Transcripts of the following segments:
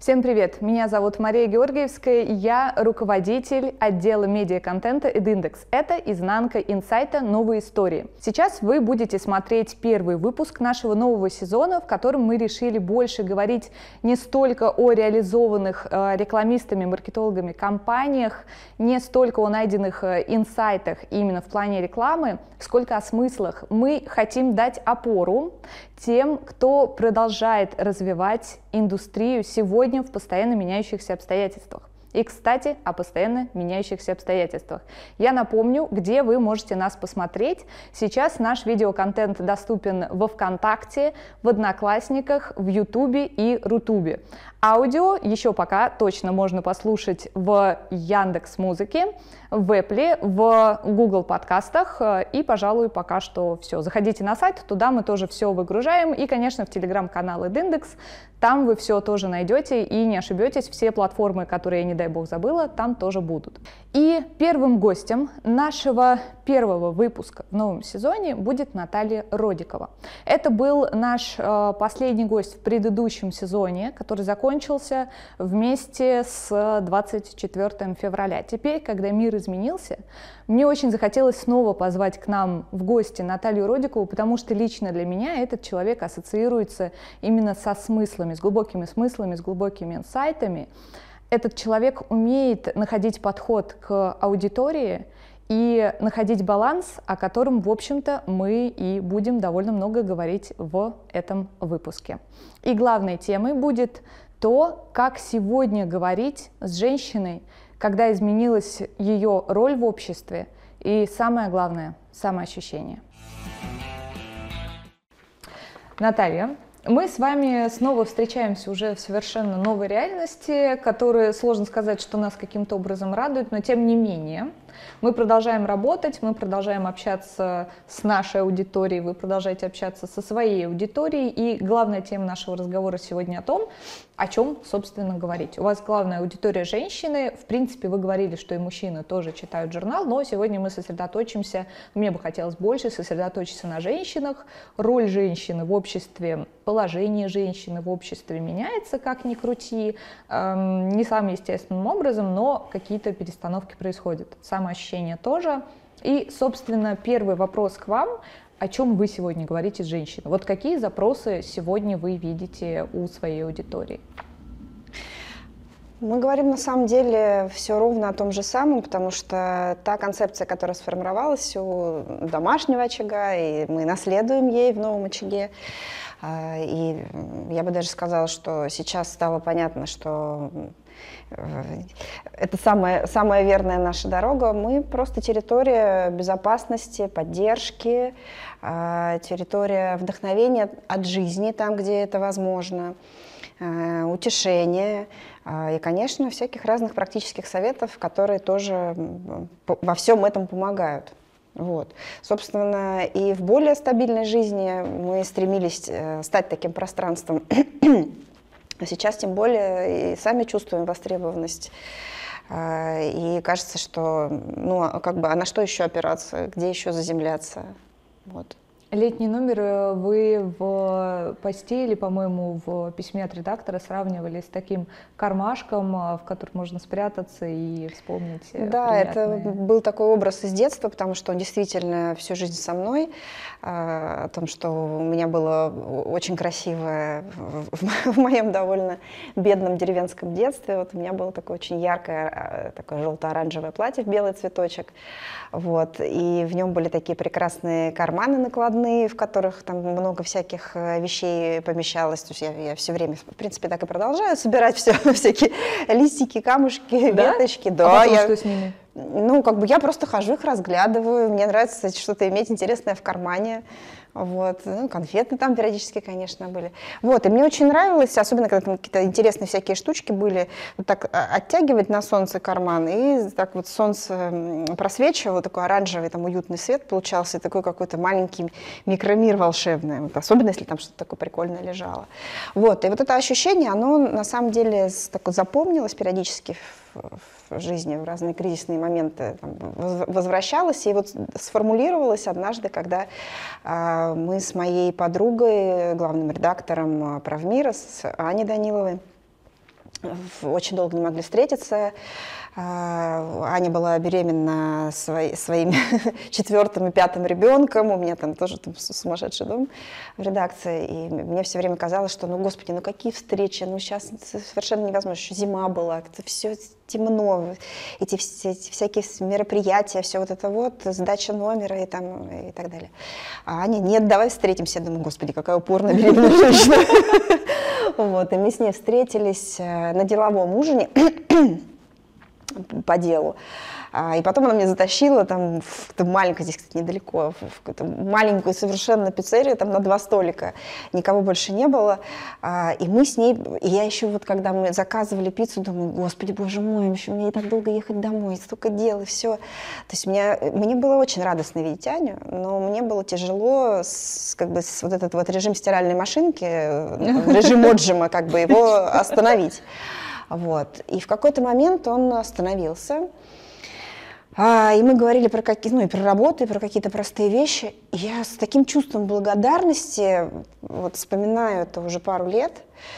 Всем привет! Меня зовут Мария Георгиевская, я руководитель отдела медиаконтента Edindex. Это изнанка инсайта «Новые истории». Сейчас вы будете смотреть первый выпуск нашего нового сезона, в котором мы решили больше говорить не столько о реализованных рекламистами, маркетологами компаниях, не столько о найденных инсайтах именно в плане рекламы, сколько о смыслах. Мы хотим дать опору тем, кто продолжает развивать индустрию сегодня в постоянно меняющихся обстоятельствах. И, кстати, о постоянно меняющихся обстоятельствах. Я напомню, где вы можете нас посмотреть. Сейчас наш видеоконтент доступен во ВКонтакте, в Одноклассниках, в Ютубе и Рутубе. Аудио еще пока точно можно послушать в Яндекс.Музыке, в Apple, в Google подкастах и, пожалуй, пока что все. Заходите на сайт, туда мы тоже все выгружаем и, конечно, в телеграм-канал Edindex. Там вы все тоже найдете и не ошибетесь. Все платформы, которые я, не дай бог, забыла, там тоже будут. И первым гостем нашего первого выпуска в новом сезоне будет Наталья Родикова. Это был наш последний гость в предыдущем сезоне, который закончился вместе с 24 февраля. Теперь, когда мир изменился, мне очень захотелось снова позвать к нам в гости Наталью Родикову, потому что лично для меня этот человек ассоциируется именно со смыслами, с глубокими инсайтами. Этот человек умеет находить подход к аудитории и находить баланс, о котором, в общем-то, мы и будем довольно много говорить в этом выпуске. И главной темой будет то, как сегодня говорить с женщиной, когда изменилась ее роль в обществе и, самое главное, самоощущение. Наталья, мы с вами снова встречаемся уже в совершенно новой реальности, которая, сложно сказать, что нас каким-то образом радует, но тем не менее мы продолжаем работать, мы продолжаем общаться с нашей аудиторией, вы продолжаете общаться со своей аудиторией, и главная тема нашего разговора сегодня о чем, собственно, говорить. У вас главная аудитория женщины, в принципе, вы говорили, что и мужчины тоже читают журнал, но сегодня мы сосредоточимся, мне бы хотелось больше сосредоточиться на женщинах, роль женщины в обществе, положение женщины в обществе меняется, как ни крути, не самым естественным образом, но какие-то перестановки происходят, самоощущение тоже. И, собственно, первый вопрос к вам. О чем вы сегодня говорите с женщиной? Вот какие запросы сегодня вы видите у своей аудитории? Мы говорим на самом деле все ровно о том же самом, потому что та концепция, которая сформировалась у домашнего очага, и мы наследуем ей в новом очаге. И я бы даже сказала, что сейчас стало понятно, что это самая верная наша дорога. Мы просто территория безопасности, поддержки, территория вдохновения от жизни, там, где это возможно, утешения и, конечно, всяких разных практических советов, которые тоже во всем этом помогают. Вот. Собственно, и в более стабильной жизни мы стремились стать таким пространством. А сейчас тем более и сами чувствуем востребованность. И кажется, что а на что еще опираться, где еще заземляться. Вот. Летний номер вы в посте или, по-моему, в письме от редактора сравнивали с таким кармашком, в который можно спрятаться и вспомнить. Да, приятные. Это был такой образ из детства, потому что он действительно всю жизнь со мной. О том, что у меня было очень красивое в моем довольно бедном деревенском детстве. Вот у меня было такое очень яркое, такое желто-оранжевое платье в белый цветочек. Вот, и в нем были такие прекрасные карманы накладные, в которых там много всяких вещей помещалось. То есть я все время, в принципе, так и продолжаю собирать всякие листики, камушки, веточки. Да, потом что с ними? Я просто хожу, их разглядываю. Мне нравится что-то иметь интересное в кармане. Вот. Конфеты там периодически, конечно, были. Вот. И мне очень нравилось, особенно когда там какие-то интересные всякие штучки были, вот так оттягивать на солнце карман, и так вот солнце просвечивало, такой оранжевый, там уютный свет получался, и такой какой-то маленький микромир волшебный, вот. Особенно если там что-то такое прикольное лежало. Вот. И вот это ощущение, оно на самом деле запомнилось периодически в жизни, в разные кризисные моменты возвращалась и вот сформулировалась однажды, когда мы с моей подругой, главным редактором «Правмира», с Аней Даниловой, очень долго не могли встретиться. Аня была беременна своим 4-м и 5-м ребенком, у меня там тоже сумасшедший дом в редакции, и мне все время казалось, что, ну, господи, ну какие встречи, ну сейчас совершенно невозможно, еще зима была, это все темно, эти всякие мероприятия, все вот это вот, сдача номера и так далее. А Аня, нет, давай встретимся. Я думаю, господи, какая упорная беременная женщина. Вот, и мы с ней встретились на деловом ужине по делу. И потом она меня затащила там в маленькую, здесь, кстати, недалеко, в какую-то маленькую совершенно пиццерию, там на 2 столика, никого больше не было. И мы с ней, и я еще вот, когда мы заказывали пиццу, думаю, господи, боже мой, еще мне и так долго ехать домой, столько дел и все. То есть мне было очень радостно видеть Аню, но мне было тяжело как бы вот этот вот режим стиральной машинки, режим отжима, как бы его остановить. Вот. И в какой-то момент он остановился. И мы говорили про и про работу, и про какие-то простые вещи. И я с таким чувством благодарности вот вспоминаю это уже пару лет.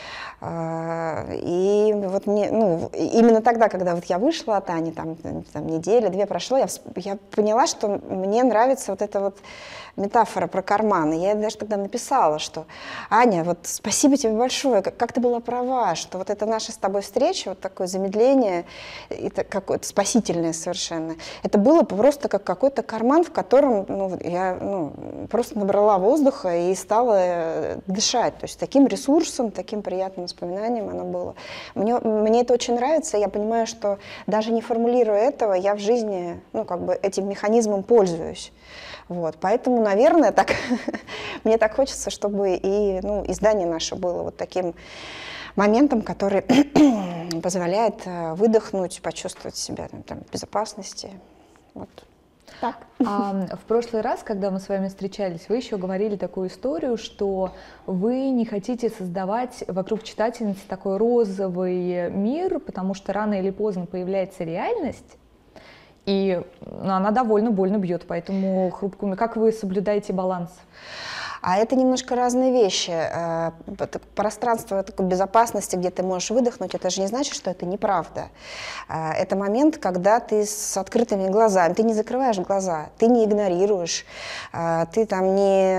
И вот мне, именно тогда, когда вот я вышла от Ани, там неделя-две прошло, я поняла, что мне нравится вот эта вот метафора про карман. И я даже тогда написала, что Аня, вот спасибо тебе большое, как ты была права, что вот эта наша с тобой встреча, вот такое замедление, это какое-то спасительное совершенно, это было просто как какой-то карман, в котором я просто набрала воздуха и стала дышать. То есть таким ресурсом, таким приятным воспоминанием оно было. Мне это очень нравится, я понимаю, что даже не формулируя этого, я в жизни этим механизмом пользуюсь. Вот, поэтому, наверное, мне так хочется, чтобы и издание наше было вот таким моментом, который позволяет выдохнуть, почувствовать себя в безопасности. Вот. Так. В прошлый раз, когда мы с вами встречались, вы еще говорили такую историю, что вы не хотите создавать вокруг читательницы такой розовый мир, потому что рано или поздно появляется реальность, и она довольно больно бьет, поэтому хрупкую. Как вы соблюдаете баланс? А это немножко разные вещи. Пространство такой безопасности, где ты можешь выдохнуть, это же не значит, что это неправда. Это момент, когда ты с открытыми глазами, ты не закрываешь глаза, ты не игнорируешь, ты там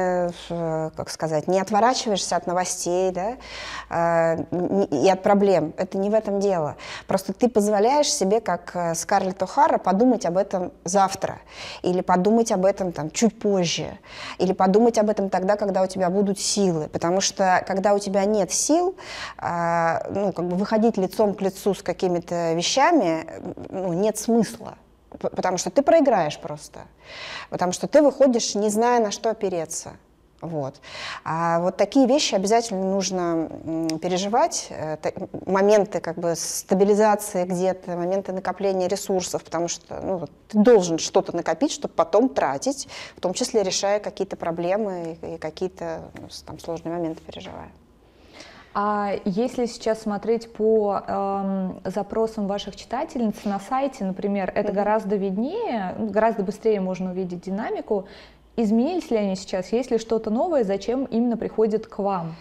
не отворачиваешься от новостей, да, и от проблем. Это не в этом дело. Просто ты позволяешь себе, как Скарлетт О'Хара, подумать об этом завтра, или подумать об этом чуть позже, или подумать об этом тогда, когда у тебя будут силы, потому что когда у тебя нет сил, выходить лицом к лицу с какими-то вещами, нет смысла, потому что ты проиграешь просто, потому что ты выходишь, не зная, на что опереться. Вот. А вот такие вещи обязательно нужно переживать, моменты стабилизации где-то, моменты накопления ресурсов, потому что ты должен что-то накопить, чтобы потом тратить, в том числе решая какие-то проблемы и какие-то сложные моменты переживая. А если сейчас смотреть по запросам ваших читательниц на сайте, например, это гораздо виднее, гораздо быстрее можно увидеть динамику. Изменились ли они сейчас? Есть ли что-то новое? Зачем именно приходят к вам?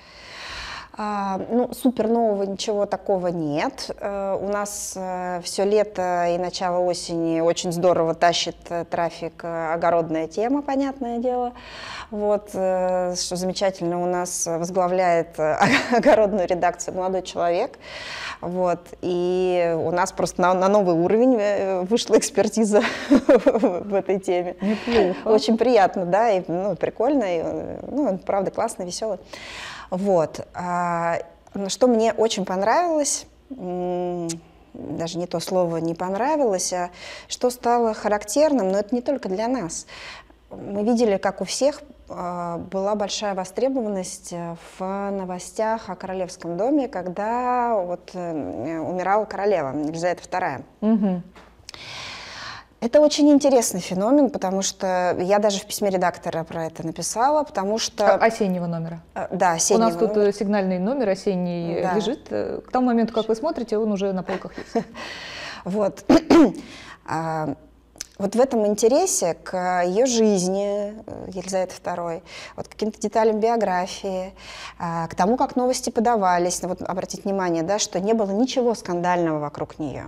Супер нового ничего такого нет. У нас все лето и начало осени очень здорово тащит трафик огородная тема, понятное дело. Вот, что замечательно, у нас возглавляет огородную редакцию молодой человек. Вот, и у нас просто на новый уровень вышла экспертиза в этой теме. Неплохо. Очень приятно, да, и прикольно, и, правда, классно, весело. Вот. Что мне очень понравилось, даже не то слово «не понравилось», а что стало характерным, но это не только для нас. Мы видели, как у всех была большая востребованность в новостях о королевском доме, когда умирала королева Елизавета II. Угу. Это очень интересный феномен, потому что я даже в письме редактора про это написала, потому что... Осеннего номера. Да, осеннего. У нас тут сигнальный номер осенний лежит. К тому моменту, как вы смотрите, он уже на полках есть. Вот. вот в этом интересе к ее жизни, Елизаветы II, вот к каким-то деталям биографии, к тому, как новости подавались, вот обратите внимание, да, что не было ничего скандального вокруг нее.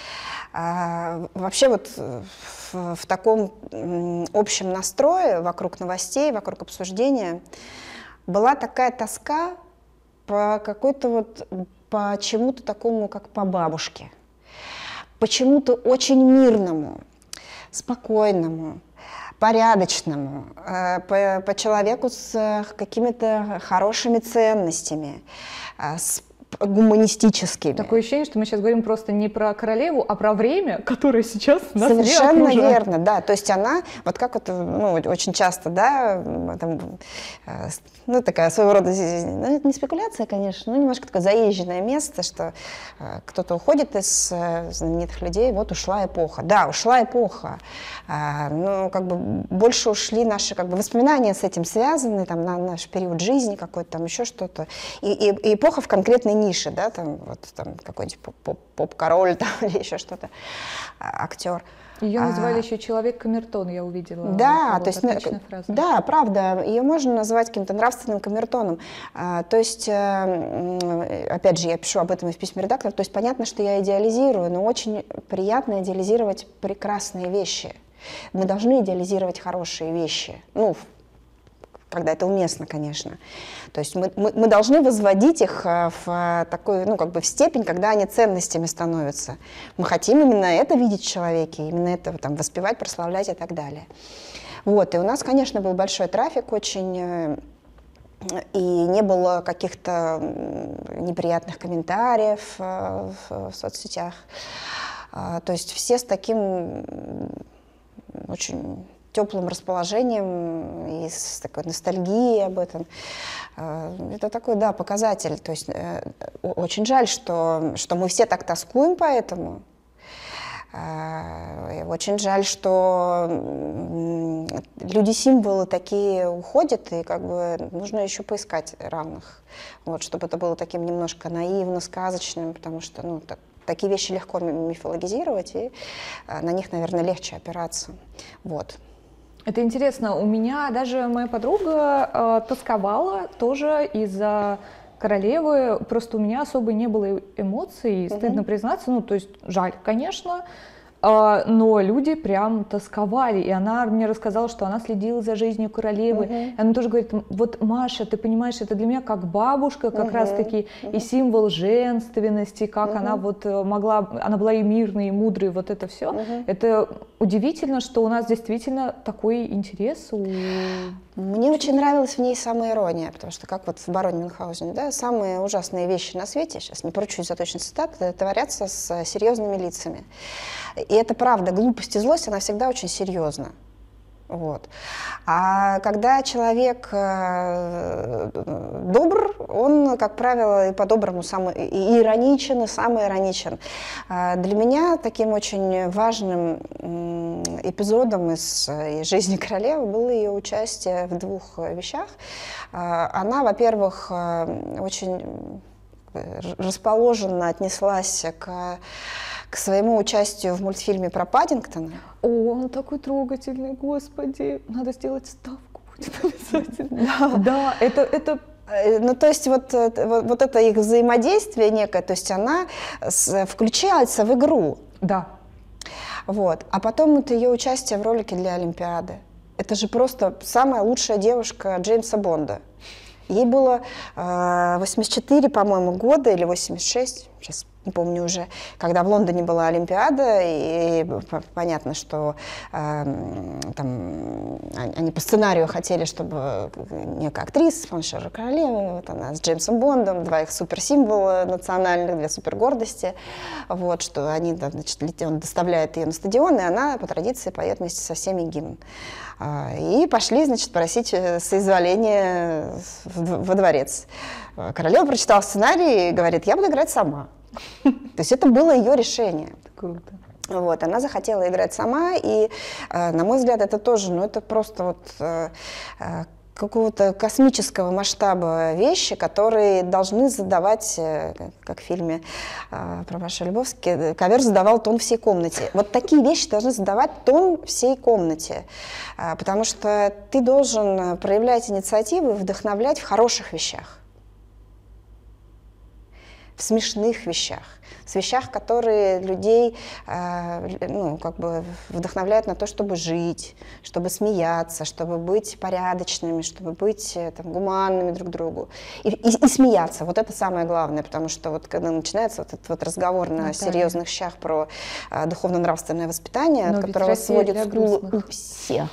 Вообще вот в таком общем настрое вокруг новостей, вокруг обсуждения была такая тоска по какой-то вот, по чему-то такому, как по бабушке, почему-то очень мирному, спокойному, порядочному, по человеку с какими-то хорошими ценностями, с гуманистическими. Такое ощущение, что мы сейчас говорим просто не про королеву, а про время, которое сейчас нас Совершенно окружает. верно, да. То есть она, вот как вот, ну, очень часто, да, там, ну, такая своего рода, ну, это не спекуляция, конечно, но немножко такое заезженное место, что кто-то уходит из знаменитых людей, вот ушла эпоха. Да, ушла эпоха, но как бы больше ушли наши как бы воспоминания с этим связаны, там, на наш период жизни какой-то, там еще что-то. И эпоха в конкретной нише, да, там, вот, там какой-нибудь поп-король там, или еще что-то, актер. Ее называли еще человек-камертон, я увидела. Да, вот то есть, отличная фраза. да, правда, ее можно назвать каким-то нравственным камертоном. То есть, опять же, я пишу об этом и в письме редактора, то есть понятно, что я идеализирую, но очень приятно идеализировать прекрасные вещи. Мы должны идеализировать хорошие вещи, ну, когда это уместно, конечно. То есть мы должны возводить их в такую, ну, как бы в степень, когда они ценностями становятся. Мы хотим именно это видеть в человеке, именно это там воспевать, прославлять и так далее. Вот, и у нас, конечно, был большой трафик очень, и не было каких-то неприятных комментариев в соцсетях. То есть все с таким очень теплым расположением и с такой ностальгией об этом. Это такой, да, показатель. То есть очень жаль, что мы все так тоскуем по этому. Очень жаль, что люди-символы такие уходят, и как бы нужно еще поискать равных. Вот, чтобы это было таким немножко наивно, сказочным, потому что, ну, такие вещи легко мифологизировать, и на них, наверное, легче опираться. Вот. Это интересно. У меня даже моя подруга тосковала тоже из-за королевы. Просто у меня особо не было эмоций, стыдно признаться. Ну, то есть жаль, конечно. Но люди прям тосковали, и она мне рассказала, что она следила за жизнью королевы. И она тоже говорит: вот, Маша, ты понимаешь, это для меня как бабушка, как раз-таки и символ женственности, как она вот могла, она была и мирной, и мудрой, вот это все. Это удивительно, что у нас действительно такой интерес. Мне очень нравилась в ней самоирония, потому что, как вот в бароне Мюнхгаузене, да, самые ужасные вещи на свете, сейчас не поручусь за точность цитат, творятся с серьезными лицами. И это правда, глупость и злость, она всегда очень серьезна. Вот. А когда человек добр, он, как правило, и по-доброму и ироничен, и самоироничен. Для меня таким очень важным эпизодом из жизни королевы было ее участие в двух вещах. Она, во-первых, очень расположенно отнеслась к своему участию в мультфильме про Паддингтона. О, он такой трогательный, господи, надо сделать ставку, будет обязательно. Да, это... Ну, то есть вот это их взаимодействие некое, то есть она включается в игру. Да. Вот. А потом это ее участие в ролике для Олимпиады. Это же просто самая лучшая девушка Джеймса Бонда. Ей было 84, по-моему, года или 86, сейчас не помню уже, когда в Лондоне была Олимпиада, и понятно, что там, они по сценарию хотели, чтобы некая актриса, Фаншера Королева, вот она с Джеймсом Бондом, два их суперсимвола национальных, две супергордости, вот, что они, значит, он доставляет ее на стадион, и она по традиции поет вместе со всеми гимн. И пошли, значит, просить соизволения во дворец. Королева прочитала сценарий и говорит: я буду играть сама. То есть это было ее решение. Круто. Вот, она захотела играть сама, и, на мой взгляд, это тоже, ну, это просто вот какого-то космического масштаба вещи, которые должны задавать, как в фильме про Машу Львовски, ковер задавал тон всей комнате. Вот такие вещи должны задавать тон всей комнате, потому что ты должен проявлять инициативу и вдохновлять в хороших вещах, в смешных вещах, в вещах, которые людей вдохновляют на то, чтобы жить, чтобы смеяться, чтобы быть порядочными, чтобы быть гуманными друг к другу. И смеяться, вот это самое главное, потому что вот когда начинается вот этот вот разговор на серьезных щах про духовно-нравственное воспитание, от которого сводит скулы у всех.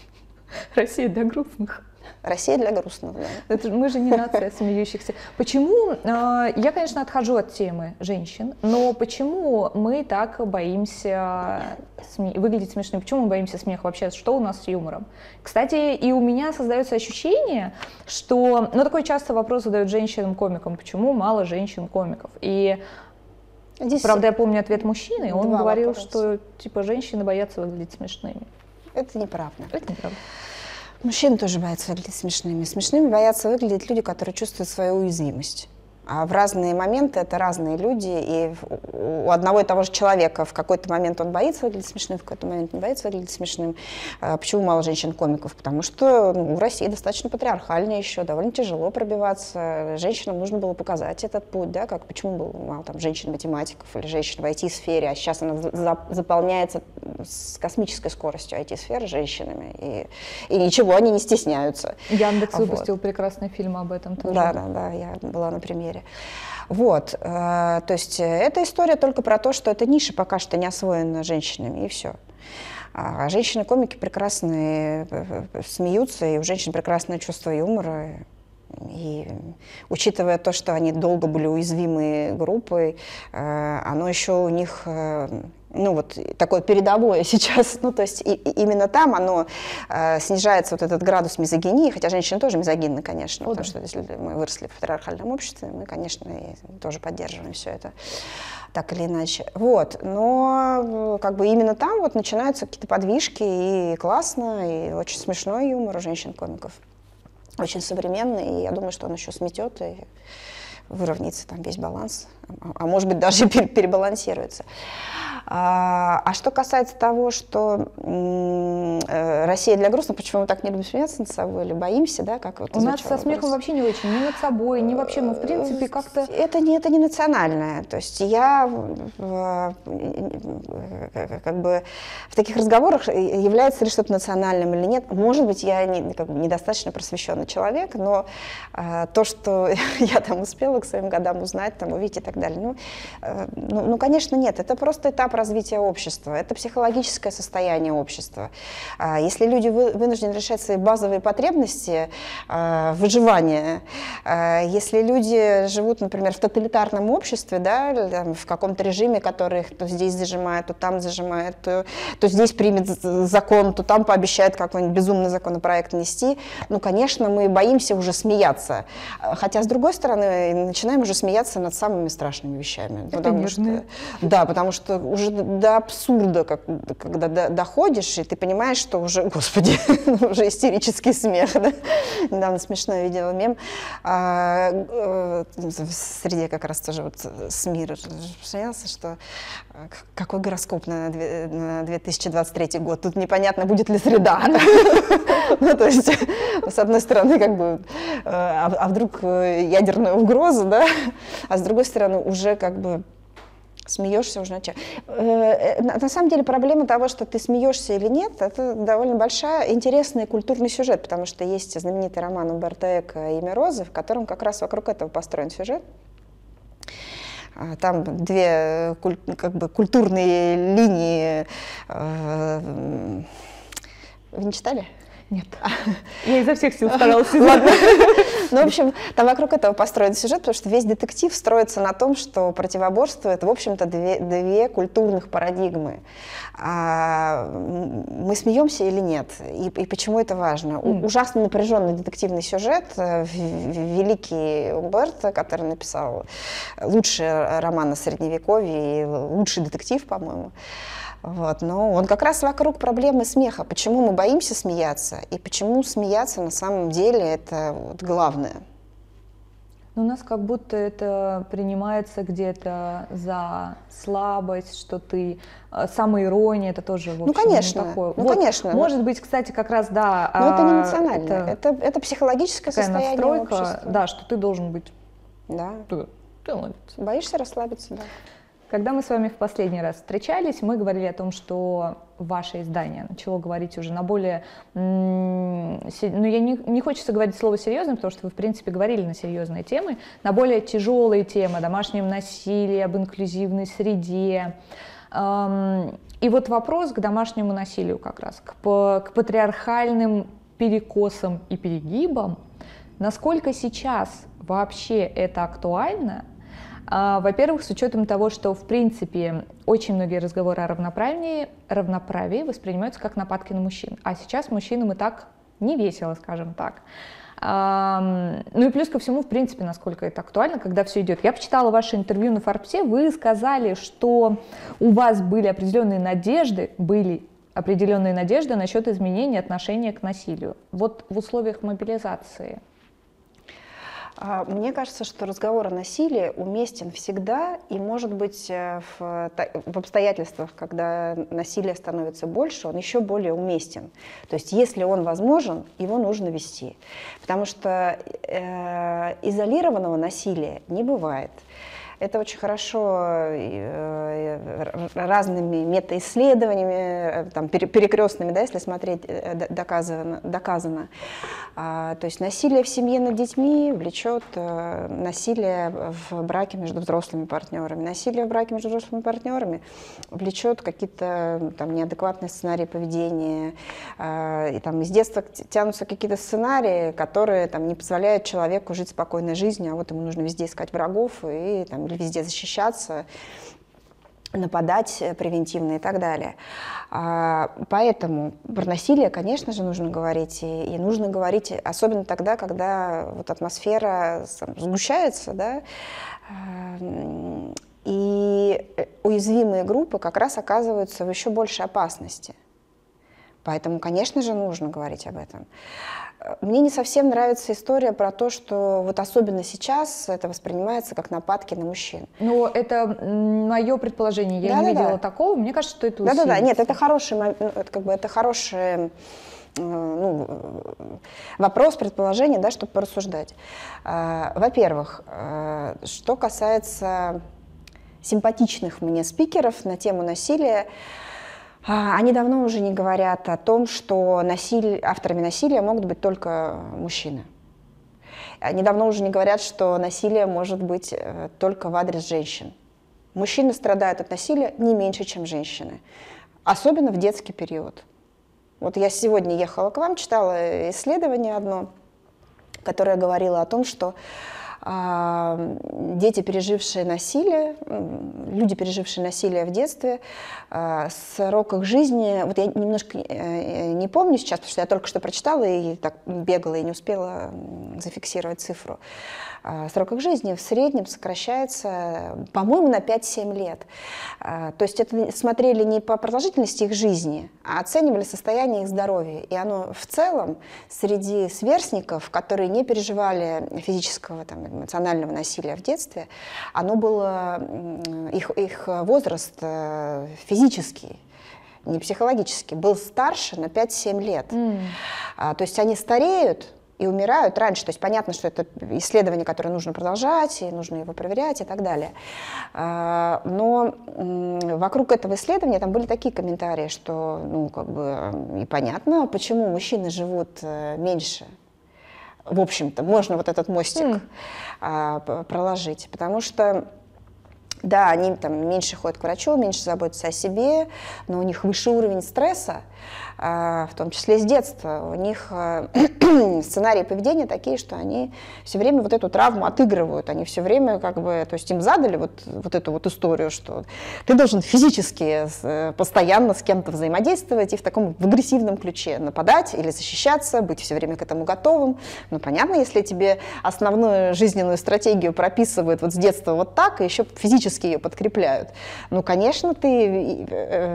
Россия для грустных. Россия для грустных, да. Мы же не нация смеющихся. Почему, я, конечно, отхожу от темы женщин, но почему мы так боимся выглядеть смешным? Почему мы боимся смеха вообще? Что у нас с юмором? Кстати, и у меня создается ощущение, что, такой часто вопрос задают женщинам-комикам, почему мало женщин-комиков? И правда, я помню ответ мужчины, он говорил, что женщины боятся выглядеть смешными. Это неправда. Это неправда. Мужчины тоже боятся выглядеть смешными. Смешными боятся выглядеть люди, которые чувствуют свою уязвимость. А в разные моменты это разные люди, и у одного и того же человека в какой-то момент он боится выглядеть смешным, в какой-то момент не боится выглядеть смешным. Почему мало женщин-комиков? Потому что в России достаточно патриархально еще, довольно тяжело пробиваться. Женщинам нужно было показать этот путь, да, почему было мало женщин-математиков или женщин в IT-сфере, а сейчас она заполняется с космической скоростью IT-сферы женщинами, и ничего, они не стесняются. Яндекс выпустил прекрасный фильм об этом тоже. Да, я была на премьере. Вот, то есть эта история только про то, что эта ниша пока что не освоена женщинами, и все. А женщины-комики прекрасно смеются, и у женщин прекрасное чувство юмора. И учитывая то, что они долго были уязвимой группой, оно еще у них такое передовое сейчас, то есть именно там оно снижается, вот этот градус мизогинии, хотя женщины тоже мизогинны, конечно, потому что если мы выросли в патриархальном обществе, мы, конечно, тоже поддерживаем все это, так или иначе. Вот, но именно там вот начинаются какие-то подвижки, и классно, и очень смешной юмор у женщин-комиков. Очень современный, и я думаю, что он еще сметет и выровняется там весь баланс, а может быть даже перебалансируется. А что касается того, что Россия для грустных, почему мы так не любим смеяться над собой или боимся, да, как вот у нас со смехом вообще не очень, ни над собой, ни вообще, мы в принципе как-то... Это не национальное, то есть я в таких разговорах, является ли что-то национальным или нет, может быть, я недостаточно просвещенный человек, но то, что я там успела к своим годам узнать, там, увидеть и так далее, конечно, нет, это просто этап развития общества, это психологическое состояние общества. Если люди вынуждены решать свои базовые потребности выживания, если люди живут, например, в тоталитарном обществе, да, в каком-то режиме, который их то здесь зажимает, то там зажимает, то здесь примет закон, то там пообещает какой-нибудь безумный законопроект нести, конечно, мы боимся уже смеяться. Хотя, с другой стороны, начинаем уже смеяться над самыми страшными вещами. Потому что уже до абсурда, когда доходишь, и ты понимаешь, что уже, господи, уже истерический смех. Да? Недавно смешно видела мем. В среде как раз тоже вот СМИ распространялся, что какой гороскоп на 2023 год. Тут непонятно, будет ли среда. То есть, с одной стороны, а вдруг ядерная угроза, да? А с другой стороны, уже смеешься уже на самом деле проблема того, что ты смеешься или нет, это довольно большая, интересный культурный сюжет, потому что есть знаменитый роман Умберто Эко «Имя Розы», в котором как раз вокруг этого построен сюжет. Там две культурные линии. Вы не читали? Нет. Я изо всех сил старалась. Ладно. В общем, там вокруг этого построен сюжет, потому что весь детектив строится на том, что противоборство — это, в общем-то, две культурных парадигмы. Мы смеемся или нет? И почему это важно? Ужасно напряженный детективный сюжет. Великий Умберто, который написал лучший роман о Средневековье и лучший детектив, по-моему. Вот. Но он как раз вокруг проблемы смеха. Почему мы боимся смеяться и почему смеяться на самом деле это вот главное. Но у нас как будто это принимается где-то за слабость, что ты... Самоирония, это тоже, в общем, ну, конечно, такое. Ну, вот, конечно. Может быть, кстати, как раз, да... Но это не эмоционально, это психологическое состояние настройка, общества. Да, что ты должен быть... Да. Ты молодец. Боишься расслабиться, да. Когда мы с вами в последний раз встречались, мы говорили о том, что ваше издание начало говорить уже на более... Ну, я не хочется говорить слово «серьезно», потому что вы, в принципе, говорили на серьезные темы, на более тяжелые темы, о домашнем насилии, об инклюзивной среде. И вот вопрос к домашнему насилию как раз, к патриархальным перекосам и перегибам. Насколько сейчас вообще это актуально? Во-первых, с учетом того, что, в принципе, очень многие разговоры о равноправии воспринимаются как нападки на мужчин. А сейчас мужчинам и так не весело, скажем так. Ну и плюс ко всему, в принципе, насколько это актуально, когда все идет. Я почитала ваше интервью на Форбсе, вы сказали, что у вас были определенные надежды насчет изменения отношения к насилию. Вот в условиях мобилизации. Мне кажется, что разговор о насилии уместен всегда и, может быть, в обстоятельствах, когда насилие становится больше, он еще более уместен. То есть, если он возможен, его нужно вести. Потому что изолированного насилия не бывает. Это очень хорошо разными метаисследованиями, там, перекрестными, да, если смотреть, доказано. То есть насилие в семье над детьми влечет насилие в браке между взрослыми партнерами. Насилие в браке между взрослыми партнерами влечет какие-то там неадекватные сценарии поведения. И там из детства тянутся какие-то сценарии, которые там не позволяют человеку жить спокойной жизнью, а вот ему нужно везде искать врагов и там, везде защищаться, нападать превентивно и так далее. Поэтому про насилие, конечно же, нужно говорить. И нужно говорить особенно тогда, когда вот атмосфера сгущается, да, и уязвимые группы как раз оказываются в еще большей опасности. Поэтому, конечно же, нужно говорить об этом. Мне не совсем нравится история про то, что вот особенно сейчас это воспринимается как нападки на мужчин. Ну, это мое предположение, я не видела такого, мне кажется, что это усилится. Да-да-да, нет, это хороший вопрос, предположение, да, чтобы порассуждать. Во-первых, что касается симпатичных мне спикеров на тему насилия, они давно уже не говорят о том, что авторами насилия могут быть только мужчины. Они давно уже не говорят, что насилие может быть только в адрес женщин. Мужчины страдают от насилия не меньше, чем женщины. Особенно в детский период. Вот я сегодня ехала к вам, читала исследование одно, которое говорило о том, что дети, пережившие насилие, люди, пережившие насилие в детстве, срок их жизни, вот я немножко не помню сейчас, потому что я только что прочитала и так бегала и не успела зафиксировать цифру, срок их жизни в среднем сокращается, по-моему, на 5-7 лет. То есть это смотрели не по продолжительности их жизни, а оценивали состояние их здоровья. И оно в целом среди сверстников, которые не переживали физического, там, эмоционального насилия в детстве, оно было, их возраст физический, не психологический, был старше на 5-7 лет. То есть они стареют и умирают раньше. То есть понятно, что это исследование, которое нужно продолжать, и нужно его проверять и так далее. Но вокруг этого исследования там были такие комментарии, что, ну, как бы непонятно, почему мужчины живут меньше. В общем-то, можно вот этот мостик проложить, потому что, да, они там меньше ходят к врачу, меньше заботятся о себе, но у них выше уровень стресса, в том числе с детства. У них сценарии поведения такие, что они все время вот эту травму отыгрывают, они все время как бы, то есть им задали вот эту вот историю, что ты должен физически постоянно с кем-то взаимодействовать и в таком в агрессивном ключе нападать или защищаться, быть все время к этому готовым. Ну, понятно, если тебе основную жизненную стратегию прописывают вот с детства вот так, и еще физически ее подкрепляют, ну, конечно, ты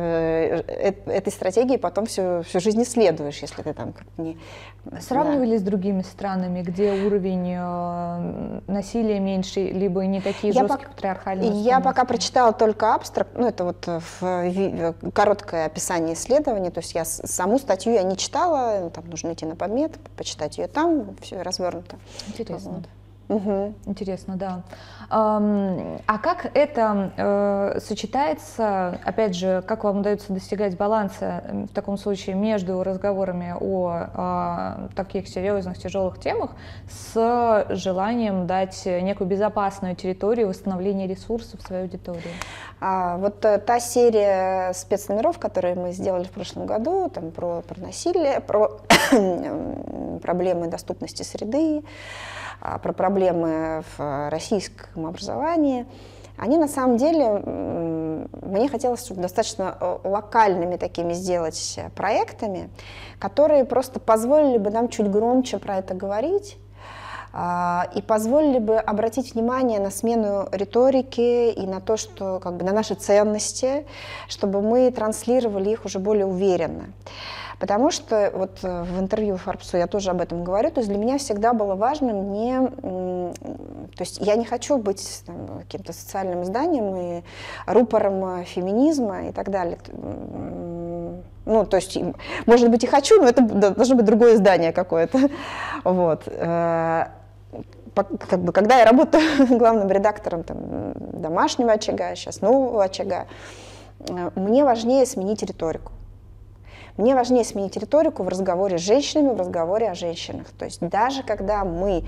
этой стратегии потом всю жизнь исследуешь, если ты там как-то не... Сравнивали с другими странами, где уровень насилия меньше, либо не такие жесткие патриархальные? Я пока прочитала только абстракт, ну, это вот короткое описание исследования, то есть я саму статью я не читала, там нужно идти на PubMed, почитать ее там, все развернуто. Интересно. Вот. Угу. Интересно, да. А как это сочетается, опять же, как вам удается достигать баланса в таком случае между разговорами о таких серьезных, тяжелых темах с желанием дать некую безопасную территорию восстановления ресурсов в своей аудитории? Вот та серия спецномеров, которые мы сделали в прошлом году, там про насилие, про проблемы доступности среды, про проблемы в российском образовании, они на самом деле, мне хотелось, чтобы достаточно локальными такими сделать проектами, которые просто позволили бы нам чуть громче про это говорить и позволили бы обратить внимание на смену риторики и на то, что как бы на наши ценности, чтобы мы транслировали их уже более уверенно. Потому что вот в интервью Форбсу я тоже об этом говорю, то есть для меня всегда было важным то есть я не хочу быть там, каким-то социальным изданием и рупором феминизма и так далее. Ну, то есть, может быть, и хочу, но это должно быть другое издание какое-то. Вот. Как бы, когда я работаю главным редактором там, «Домашнего очага», сейчас «Нового очага», мне важнее сменить риторику. Мне важнее сменить риторику в разговоре с женщинами, в разговоре о женщинах. То есть даже когда мы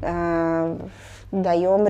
даем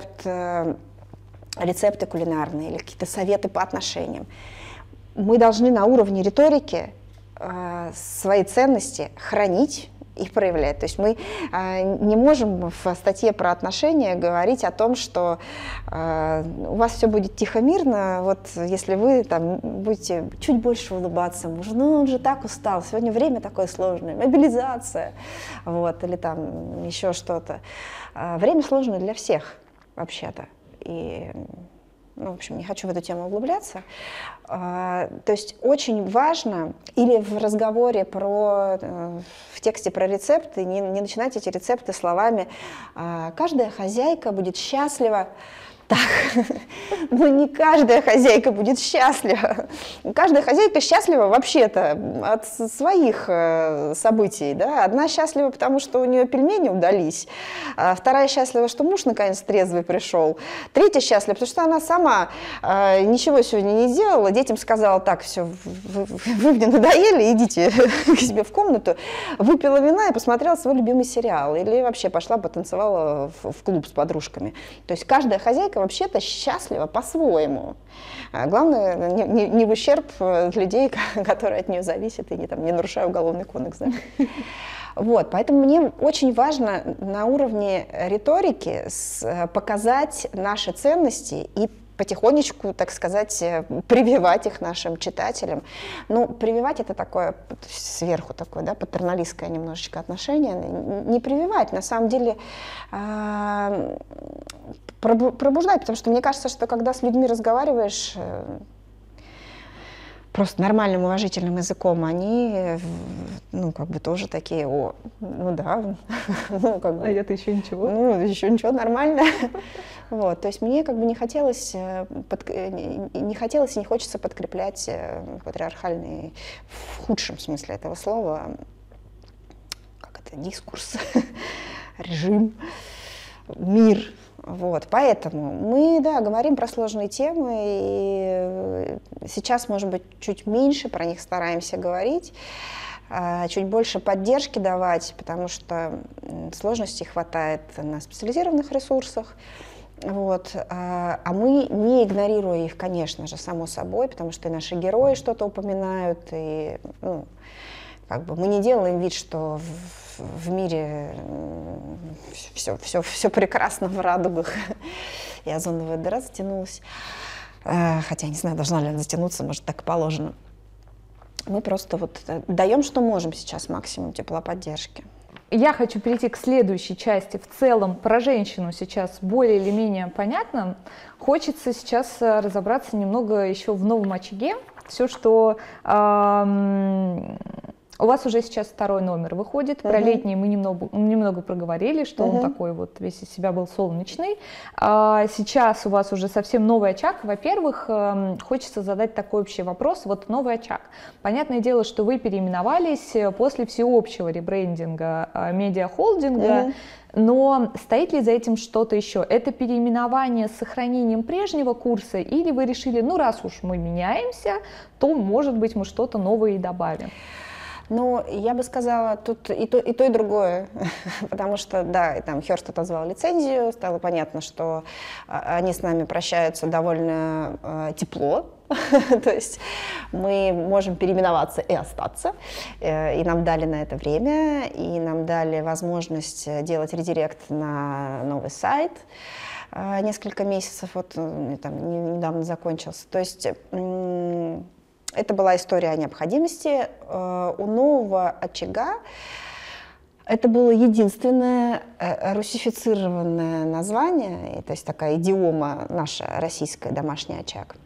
рецепты кулинарные или какие-то советы по отношениям, мы должны на уровне риторики свои ценности хранить и проявлять. То есть мы не можем в статье про отношения говорить о том, что у вас все будет тихо, мирно, вот если вы там будете чуть больше улыбаться мужу, ну он же так устал, сегодня время такое сложное, мобилизация, вот, или там еще что-то. Время сложное для всех, вообще-то. И, ну, в общем, не хочу в эту тему углубляться. То есть очень важно, или в разговоре в тексте про рецепты, не начинать эти рецепты словами «каждая хозяйка будет счастлива». Так, но не каждая хозяйка будет счастлива. Каждая хозяйка счастлива вообще-то от своих событий. Да? Одна счастлива, потому что у нее пельмени удались. Вторая счастлива, что муж наконец трезвый пришел. Третья счастлива, потому что она сама ничего сегодня не делала. Детям сказала: так, все, вы мне надоели, идите к себе в комнату. Выпила вина и посмотрела свой любимый сериал. Или вообще пошла потанцевала в клуб с подружками. То есть каждая хозяйка вообще-то счастлива по-своему. Главное, не в ущерб людей, которые от нее зависят, и не нарушая уголовный кодекс. Да? Вот, поэтому мне очень важно на уровне риторики показать наши ценности и потихонечку, так сказать, прививать их нашим читателям. Ну, прививать — это такое, сверху такое, да, патерналистское немножечко отношение. Не прививать, на самом деле пробуждать, потому что мне кажется, что когда с людьми разговариваешь просто нормальным, уважительным языком, они, ну, как бы тоже такие: о, ну да, ну, как бы, а это еще ничего? Ну, еще ничего, нормально. Вот, то есть мне как бы не хотелось и не хочется подкреплять патриархальный, в худшем смысле этого слова, как это, дискурс, режим, мир. Вот, поэтому мы, да, говорим про сложные темы, и сейчас, может быть, чуть меньше про них стараемся говорить, чуть больше поддержки давать, потому что сложностей хватает на специализированных ресурсах, Вот. А мы, не игнорируя их, конечно же, само собой, потому что и наши герои что-то упоминают, и ну, как бы мы не делаем вид, что в мире все прекрасно в радугах, и озоновая дыра затянулась. Хотя, не знаю, должна ли она затянуться, может, так и положено. Мы просто вот даем, что можем сейчас, максимум теплоподдержки. Я хочу перейти к следующей части. В целом про женщину сейчас более или менее понятно. Хочется сейчас разобраться немного еще в новом очаге. Все, что у вас уже сейчас второй номер выходит. Про летний мы немного проговорили, что он такой вот весь из себя был солнечный. Сейчас у вас уже совсем новый очаг. Во-первых, хочется задать такой общий вопрос. Вот новый очаг. Понятное дело, что вы переименовались после всеобщего ребрендинга медиахолдинга. Но стоит ли за этим что-то еще? Это переименование с сохранением прежнего курса, или вы решили, ну раз уж мы меняемся, то, может быть, мы что-то новое и добавим? Ну, я бы сказала, тут и то, и другое, потому что, да, там Хёрст отозвал лицензию, стало понятно, что они с нами прощаются довольно тепло, то есть мы можем переименоваться и остаться, и нам дали на это время, и нам дали возможность делать редирект на новый сайт, несколько месяцев, вот там недавно закончился, то есть... Это была история о необходимости. У нового очага это было единственное русифицированное название, то есть такая идиома наша российская, домашний очаг.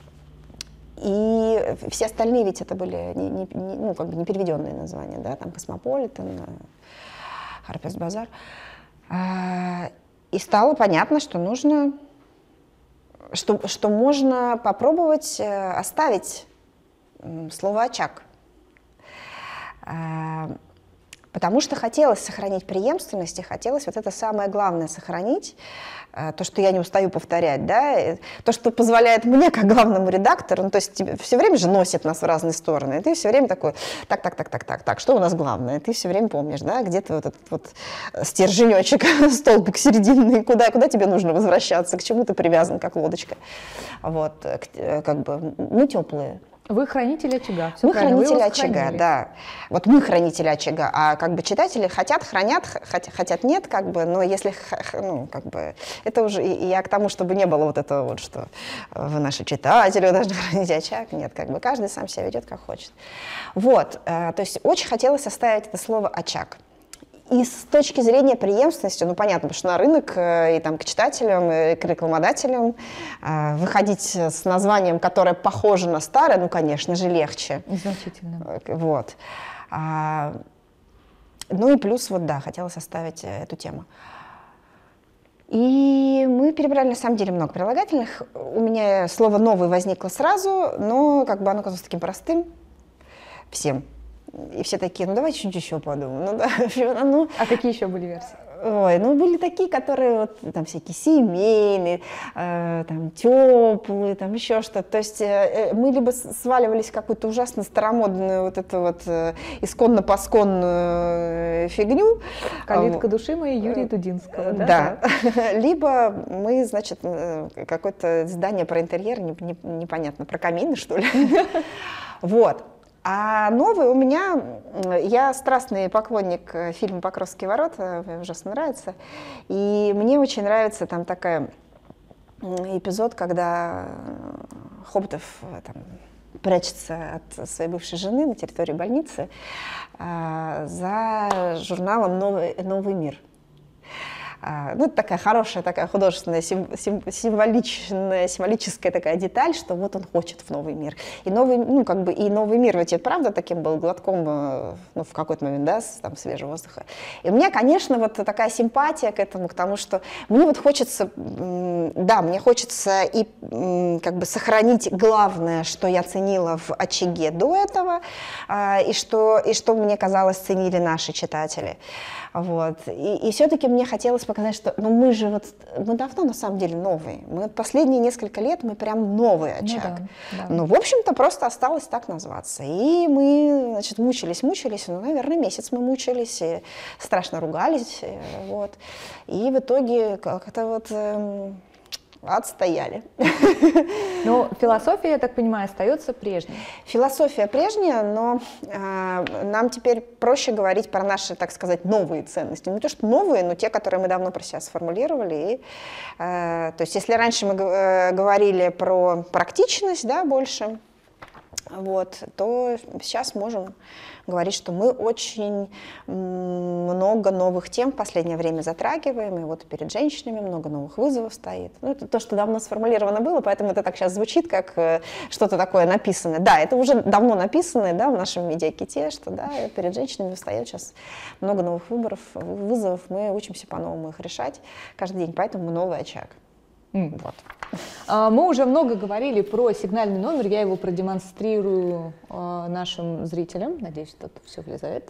И все остальные ведь это были ну, как бы не переведенные названия, да, там Космополитен, Harper's Bazaar. И стало понятно, что нужно, что можно попробовать оставить слово «очаг», потому что хотелось сохранить преемственность, и хотелось вот это самое главное сохранить, то, что я не устаю повторять, да, то, что позволяет мне, как главному редактору, ну, то есть все время же носит нас в разные стороны, и ты все время такой, так, что у нас главное, ты все время помнишь, да, где-то вот этот вот стерженечек, столбик серединный, куда тебе нужно возвращаться, к чему ты привязан, как лодочка, вот, как бы мы теплые. Вы хранитель очага. Мы хранители очага, да. Вот мы хранители очага, а как бы читатели хотят, хранят, хотят нет, как бы, но если, ну, как бы, это уже, и я к тому, чтобы не было вот этого вот, что вы наши читатели, вы должны хранить очаг, нет, как бы каждый сам себя ведет как хочет. Вот, то есть очень хотелось оставить это слово очаг. И с точки зрения преемственности, ну, понятно, потому что на рынок и там, к читателям, и к рекламодателям выходить с названием, которое похоже на старое, ну, конечно же, легче. Значительно. Вот. Ну и плюс, вот, да, хотелось оставить эту тему. И мы перебрали, на самом деле, много прилагательных. У меня слово «новый» возникло сразу, но как бы оно казалось таким простым всем. И все такие, ну давайте что-нибудь еще подумаем. Ну, да, ну, а какие еще были версии? Ой, ну были такие, которые вот, там всякие семейные, там теплые, там еще что-то. То есть мы либо сваливались в какую-то ужасно старомодную вот эту вот исконно-посконную фигню. Калитка души моей Юрия Дудинского. Да. Либо мы, значит, какое-то здание про интерьер, непонятно, про камины, что ли. Вот. А новый у меня, я страстный поклонник фильма «Покровские ворота», мне ужасно нравится, и мне очень нравится там такой эпизод, когда Хоботов там прячется от своей бывшей жены на территории больницы за журналом «Новый мир». Ну, это такая хорошая, такая художественная, символическая такая деталь, что вот он хочет в новый мир. И новый, ну, как бы, и новый мир ведь правда таким был глотком, ну, в какой-то момент, да, там, свежего воздуха. И у меня, конечно, вот такая симпатия к этому, к тому, что мне вот хочется, да, мне хочется и как бы сохранить главное, что я ценила в очаге до этого, и что мне казалось, ценили наши читатели. Вот. И все-таки мне хотелось показать, что мы давно на самом деле новые. Мы последние несколько лет мы прям новый очаг. Ну, в общем-то, просто осталось так назваться. И мы, значит, мучились, наверное, месяц мы мучились, и страшно ругались, вот. И в итоге как-то вот отстояли. Но философия, я так понимаю, остается прежней. Философия прежняя, но нам теперь проще говорить про наши, так сказать, новые ценности. Не то, что новые, но те, которые мы давно про себя сформулировали. И, то есть если раньше мы говорили про практичность, да, больше, вот, то сейчас можем говорить, что мы очень много новых тем в последнее время затрагиваем, и вот перед женщинами много новых вызовов стоит. Ну, это то, что давно сформулировано было, поэтому это так сейчас звучит, как что-то такое написанное. Да, это уже давно написанное, да, в нашем медиаките, что да, перед женщинами встает сейчас много новых вызовов, мы учимся по-новому их решать каждый день, поэтому мы новый очаг. Вот. Мы уже много говорили про сигнальный номер, я его продемонстрирую нашим зрителям, надеюсь, тут все влезает.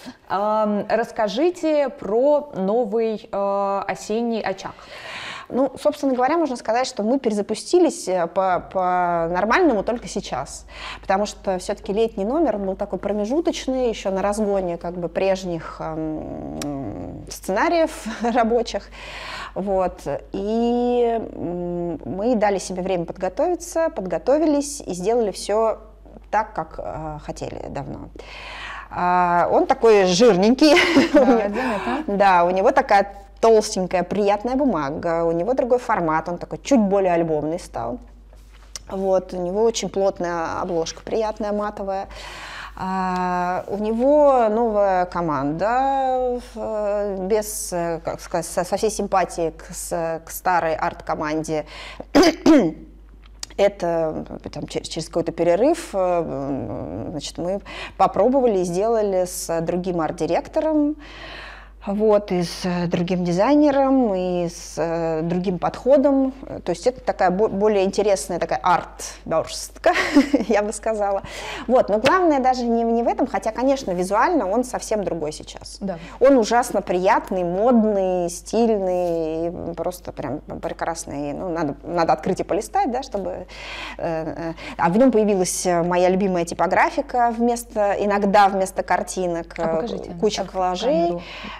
Расскажите про новый осенний очаг. Ну, собственно говоря, можно сказать, что мы перезапустились по-нормальному только сейчас, потому что все-таки летний номер был такой промежуточный, еще на разгоне как бы прежних сценариев рабочих. Вот. И мы дали себе время подготовиться, подготовились и сделали все так, как хотели давно. Он такой жирненький. Да, у него такая толстенькая, приятная бумага, у него другой формат, он такой чуть более альбомный стал. Вот, у него очень плотная обложка, приятная, матовая. У него новая команда, без, как сказать, со всей симпатией к старой арт-команде. Это там, через какой-то перерыв, значит, мы попробовали и сделали с другим арт-директором, вот, и с другим дизайнером, и с другим подходом. То есть это такая более интересная такая арт-верстка, я бы сказала. Вот, но главное даже не в этом, хотя, конечно, визуально он совсем другой сейчас. Да. Он ужасно приятный, модный, стильный, просто прям прекрасный. Ну, надо открыть и полистать, да, чтобы... А в нем появилась моя любимая типографика иногда вместо картинок, куча коллажей.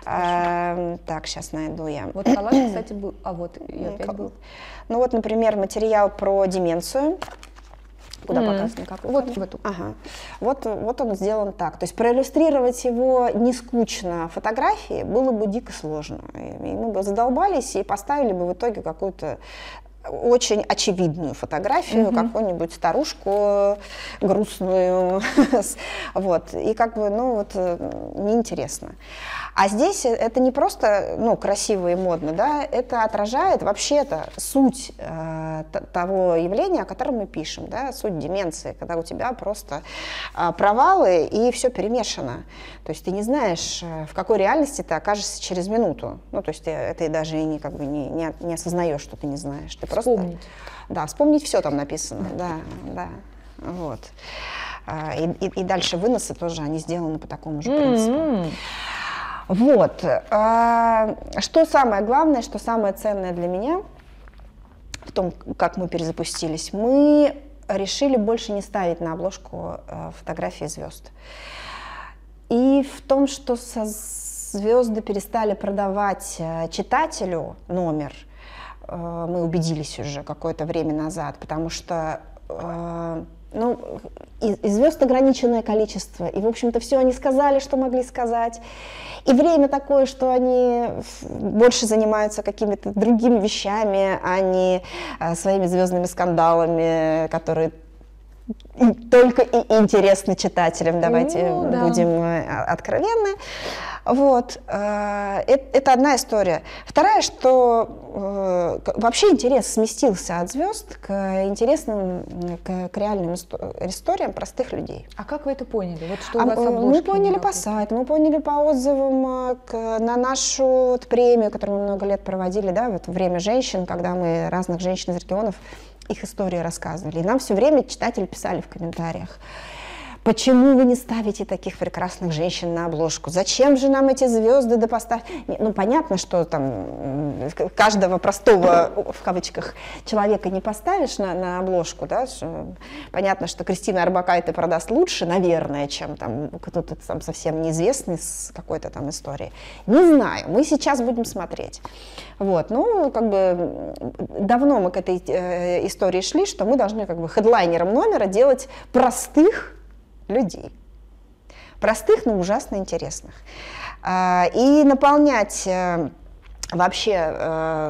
Так, сейчас найду я. Вот коллаж, кстати, был. А вот, и опять был. Ну вот, например, материал про деменцию. Куда показано? Как? Вот в эту. Ага. Вот он сделан так. То есть проиллюстрировать его не скучно фотографии было бы дико сложно. И мы бы задолбались и поставили бы в итоге какую-то очень очевидную фотографию, какую-нибудь старушку грустную, вот, и как бы, ну, вот, неинтересно. А здесь это не просто, ну, красиво и модно, да, это отражает вообще-то суть того явления, о котором мы пишем, да, суть деменции, когда у тебя просто провалы и все перемешано. То есть ты не знаешь, в какой реальности ты окажешься через минуту. Ну, то есть ты даже и как бы не осознаешь, что ты не знаешь. Ты вспомнить. Да, вспомнить все там написано, да, вот. И дальше выносы тоже, они сделаны по такому же принципу. Вот. Что самое главное, что самое ценное для меня в том, как мы перезапустились, мы решили больше не ставить на обложку фотографии звезд. И в том, что звезды перестали продавать читателю номер, мы убедились уже какое-то время назад, потому что ну, и звезд ограниченное количество, и, в общем-то, все они сказали, что могли сказать, и время такое, что они больше занимаются какими-то другими вещами, а не своими звездными скандалами, которые только и интересны читателям, давайте будем откровенны. Вот. Это одна история. Вторая, что вообще интерес сместился от звезд к интересным, к реальным историям простых людей. А как вы это поняли? Вот что у вас обложки? Мы поняли по сайту, мы поняли по отзывам на нашу вот премию, которую мы много лет проводили, да, вот «Время женщин», когда мы разных женщин из регионов их истории рассказывали. И нам все время читатели писали в комментариях: почему вы не ставите таких прекрасных женщин на обложку? Зачем же нам эти звезды, да поставь? Ну, понятно, что там каждого простого, в кавычках, человека не поставишь на обложку, да? Понятно, что Кристина Орбакайте продаст лучше, наверное, чем там кто-то там совсем неизвестный с какой-то там историей. Не знаю, мы сейчас будем смотреть. Вот, ну, как бы давно мы к этой истории шли, что мы должны как бы хедлайнером номера делать простых людей. Простых, но ужасно интересных. И наполнять вообще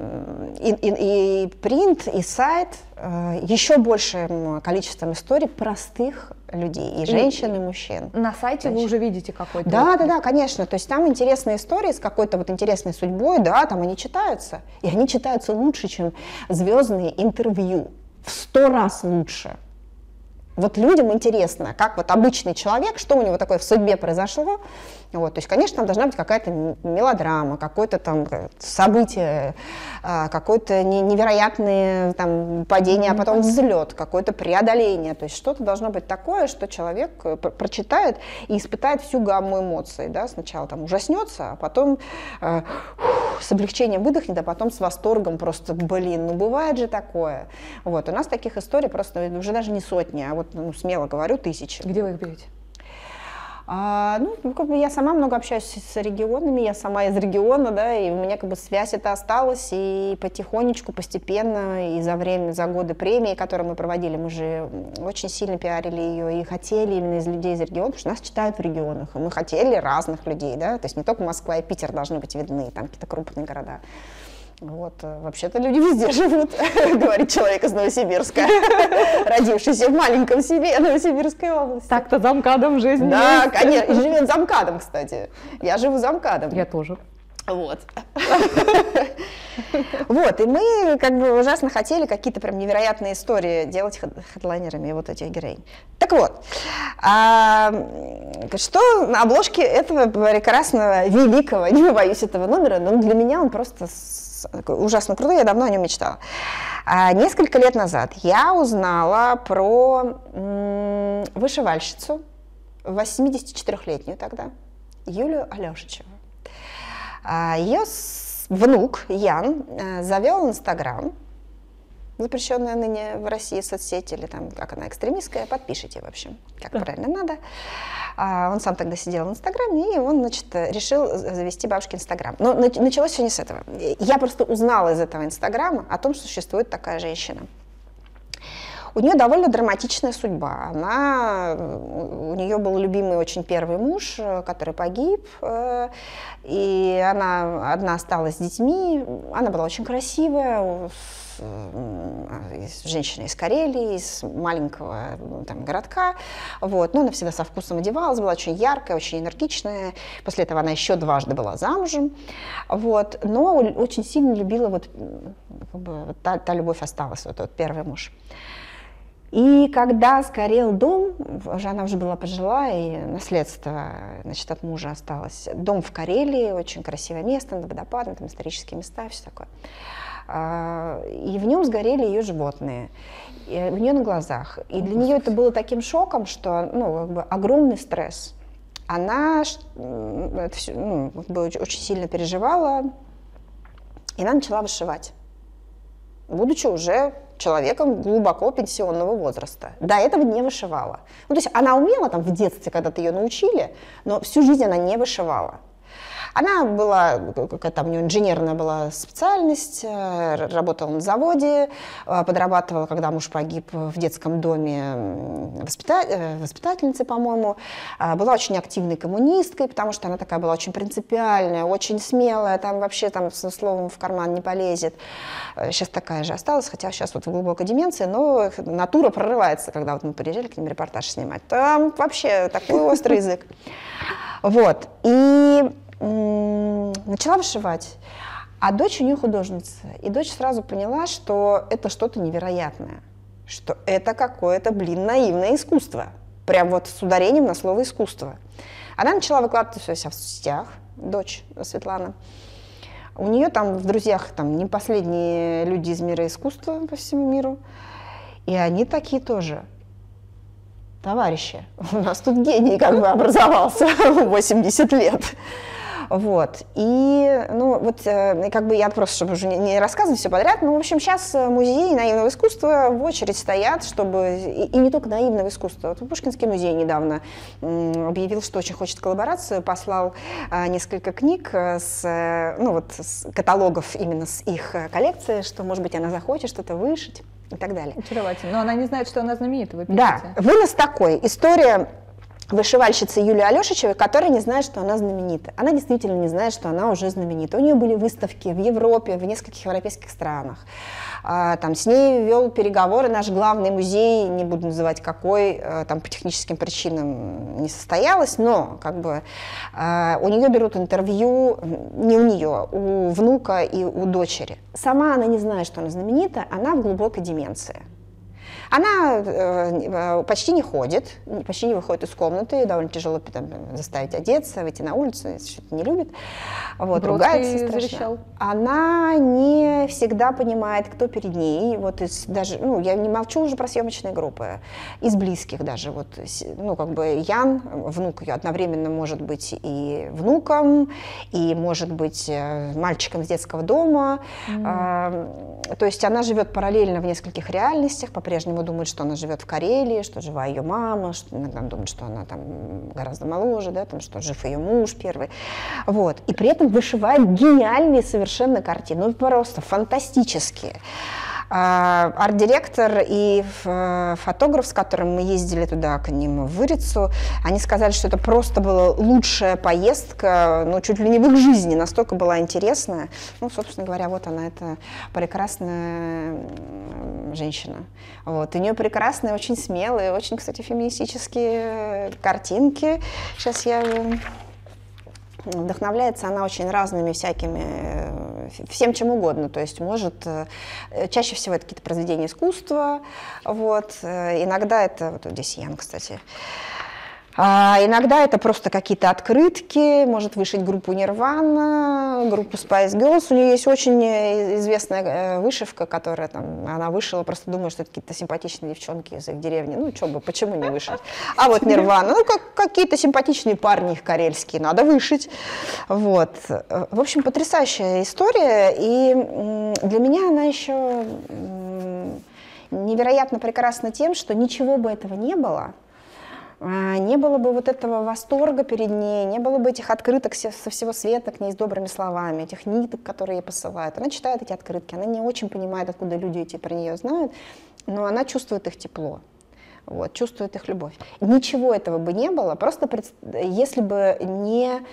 и принт, и сайт еще большим количеством историй простых людей, и женщин, и мужчин. На сайте вы уже видите какой-то... Да, конечно. То есть там интересные истории с какой-то вот интересной судьбой, да, там они читаются. И они читаются лучше, чем звездные интервью. В 100 раз лучше. Вот людям интересно, как вот обычный человек, что у него такое в судьбе произошло. Вот, то есть, конечно, там должна быть какая-то мелодрама, какое-то там событие, какое-то невероятное там падение, а потом взлет, какое-то преодоление. То есть что-то должно быть такое, что человек прочитает и испытает всю гамму эмоций. Да? Сначала там ужаснется, а потом с облегчением выдохнет, а потом с восторгом просто, блин, ну бывает же такое. Вот, у нас таких историй просто уже даже не сотни, а вот, ну, смело говорю, тысячи. Где вы их берете? Ну, как бы я сама много общаюсь с регионами, я сама из региона, да, и у меня как бы связь эта осталась, и потихонечку, постепенно, и за годы премии, которые мы проводили, мы же очень сильно пиарили ее и хотели именно из людей из региона, потому что нас читают в регионах, и мы хотели разных людей, да, то есть не только Москва и Питер должны быть видны, там какие-то крупные города. Вот, вообще-то люди везде живут, говорит человек из Новосибирска, родившийся в маленьком селе Новосибирской области. Так-то за МКАДом жизнь. Да, конечно, и живет за МКАДом, кстати. Я живу за МКАДом. Я тоже. Вот. Вот, и мы как бы ужасно хотели какие-то прям невероятные истории делать хедлайнерами вот этих героинь. Так вот, что на обложке этого прекрасного, великого, не боюсь этого номера, но для меня он просто ужасно крутой, я давно о нем мечтала. Несколько лет назад я узнала про вышивальщицу, 84-летнюю тогда, Юлию Алешичеву. Ее внук Ян завел Инстаграм, запрещенная ныне в России соцсеть, или там, как она, экстремистская, подпишите, в общем, как правильно надо. Он сам тогда сидел в Инстаграме, и он, значит, решил завести бабушкин Инстаграм. Но началось все не с этого. Я просто узнала из этого Инстаграма о том, что существует такая женщина. У нее довольно драматичная судьба. У нее был любимый очень первый муж, который погиб, и она одна осталась с детьми. Она была очень красивая, женщина из Карелии, из маленького там городка, вот. Но она всегда со вкусом одевалась, была очень яркая, очень энергичная. После этого она еще дважды была замужем, вот. Но очень сильно любила, вот, как бы, та любовь осталась, вот тот первый муж. И когда сгорел дом, она уже была пожилая, и наследство, значит, от мужа осталось. Дом в Карелии, очень красивое место, над водопадом, там исторические места, все такое. И в нем сгорели ее животные, у нее на глазах. И для нее это было таким шоком, что, ну, как бы огромный стресс. Она это все, ну, как бы очень сильно переживала, и она начала вышивать, будучи уже человеком глубоко пенсионного возраста. До этого не вышивала. Ну, то есть она умела там в детстве, когда-то ее научили, но всю жизнь она не вышивала. Она была, там у нее инженерная была специальность, работала на заводе, подрабатывала, когда муж погиб, в детском доме воспитательницей, по-моему. Была очень активной коммунисткой, потому что она такая была очень принципиальная, очень смелая, там вообще там со словом в карман не полезет. Сейчас такая же осталась, хотя сейчас вот в глубокой деменции, но натура прорывается, когда вот мы приезжали к ним репортаж снимать. Там вообще такой острый язык. Вот. И начала вышивать. А дочь у нее художница. И дочь сразу поняла, что это что-то невероятное. Что это какое-то, наивное искусство. Прям вот с ударением на слово «искусство». Она начала выкладывать все себя в соцсетях, дочь Светлана. У нее там в друзьях там не последние люди из мира искусства по всему миру. И они такие тоже. товарищи, у нас тут гений как бы образовался в 80 лет. Вот. И, ну, вот, как бы я просто, чтобы уже не рассказывать все подряд, ну, в общем, сейчас музеи наивного искусства в очередь стоят, чтобы, и не только наивного искусства. Вот Пушкинский музей недавно объявил, что очень хочет коллаборацию, послал несколько книг с каталогов именно с их коллекции, что, может быть, она захочет что-то вышить и так далее. Очаровательно. Но она не знает, что она знаменита, вы пишете. Да, вынос такой. История вышивальщицы Юлии Алешичевой, которая не знает, что она знаменита. Она действительно не знает, что она уже знаменита. У нее были выставки в Европе, в нескольких европейских странах. Там с ней вел переговоры наш главный музей, не буду называть какой, там по техническим причинам не состоялось, но как бы у нее берут интервью, не у нее, у внука и у дочери. Сама она не знает, что она знаменита, она в глубокой деменции. Она почти не ходит, почти не выходит из комнаты, довольно тяжело там, заставить одеться, выйти на улицу, что-то не любит, вот, ругается страшно. Она не всегда понимает, кто перед ней, вот из даже, ну, я не молчу уже про съемочные группы, из близких даже, вот, ну, как бы Ян, внук ее, одновременно может быть и внуком, и может быть мальчиком из детского дома, то есть она живет параллельно в нескольких реальностях, по-прежнему думает, что она живет в Карелии, что жива ее мама, что иногда думает, что она там гораздо моложе, да, там, что жив ее муж первый. Вот. И при этом вышивает гениальные совершенно картины, ну просто фантастические. Арт-директор и фотограф, с которым мы ездили туда к ним в Вырицу, они сказали, что это просто была лучшая поездка, ну, чуть ли не в их жизни, настолько была интересная. Ну, собственно говоря, вот она, это прекрасная женщина. Вот. У нее прекрасные, очень смелые, очень, кстати, феминистические картинки. Сейчас я... Вдохновляется она очень разными всякими, всем чем угодно, то есть может, чаще всего это какие-то произведения искусства, вот, иногда это, вот здесь Ян, кстати, иногда это просто какие-то открытки, может вышить группу Nirvana, группу Spice Girls. У нее есть очень известная вышивка, которая там, она вышила, просто думаю, что это какие-то симпатичные девчонки из их деревни. Ну, что бы, почему не вышить? А вот Nirvana, ну, какие-то симпатичные парни их карельские, надо вышить. Вот. В общем, потрясающая история, и для меня она еще невероятно прекрасна тем, что ничего бы этого не было, не было бы вот этого восторга перед ней, не было бы этих открыток со всего света к ней с добрыми словами, этих ниток, которые ей посылают. Она читает эти открытки, она не очень понимает, откуда люди эти про нее знают, но она чувствует их тепло, вот, чувствует их любовь. Ничего этого бы не было, просто если бы не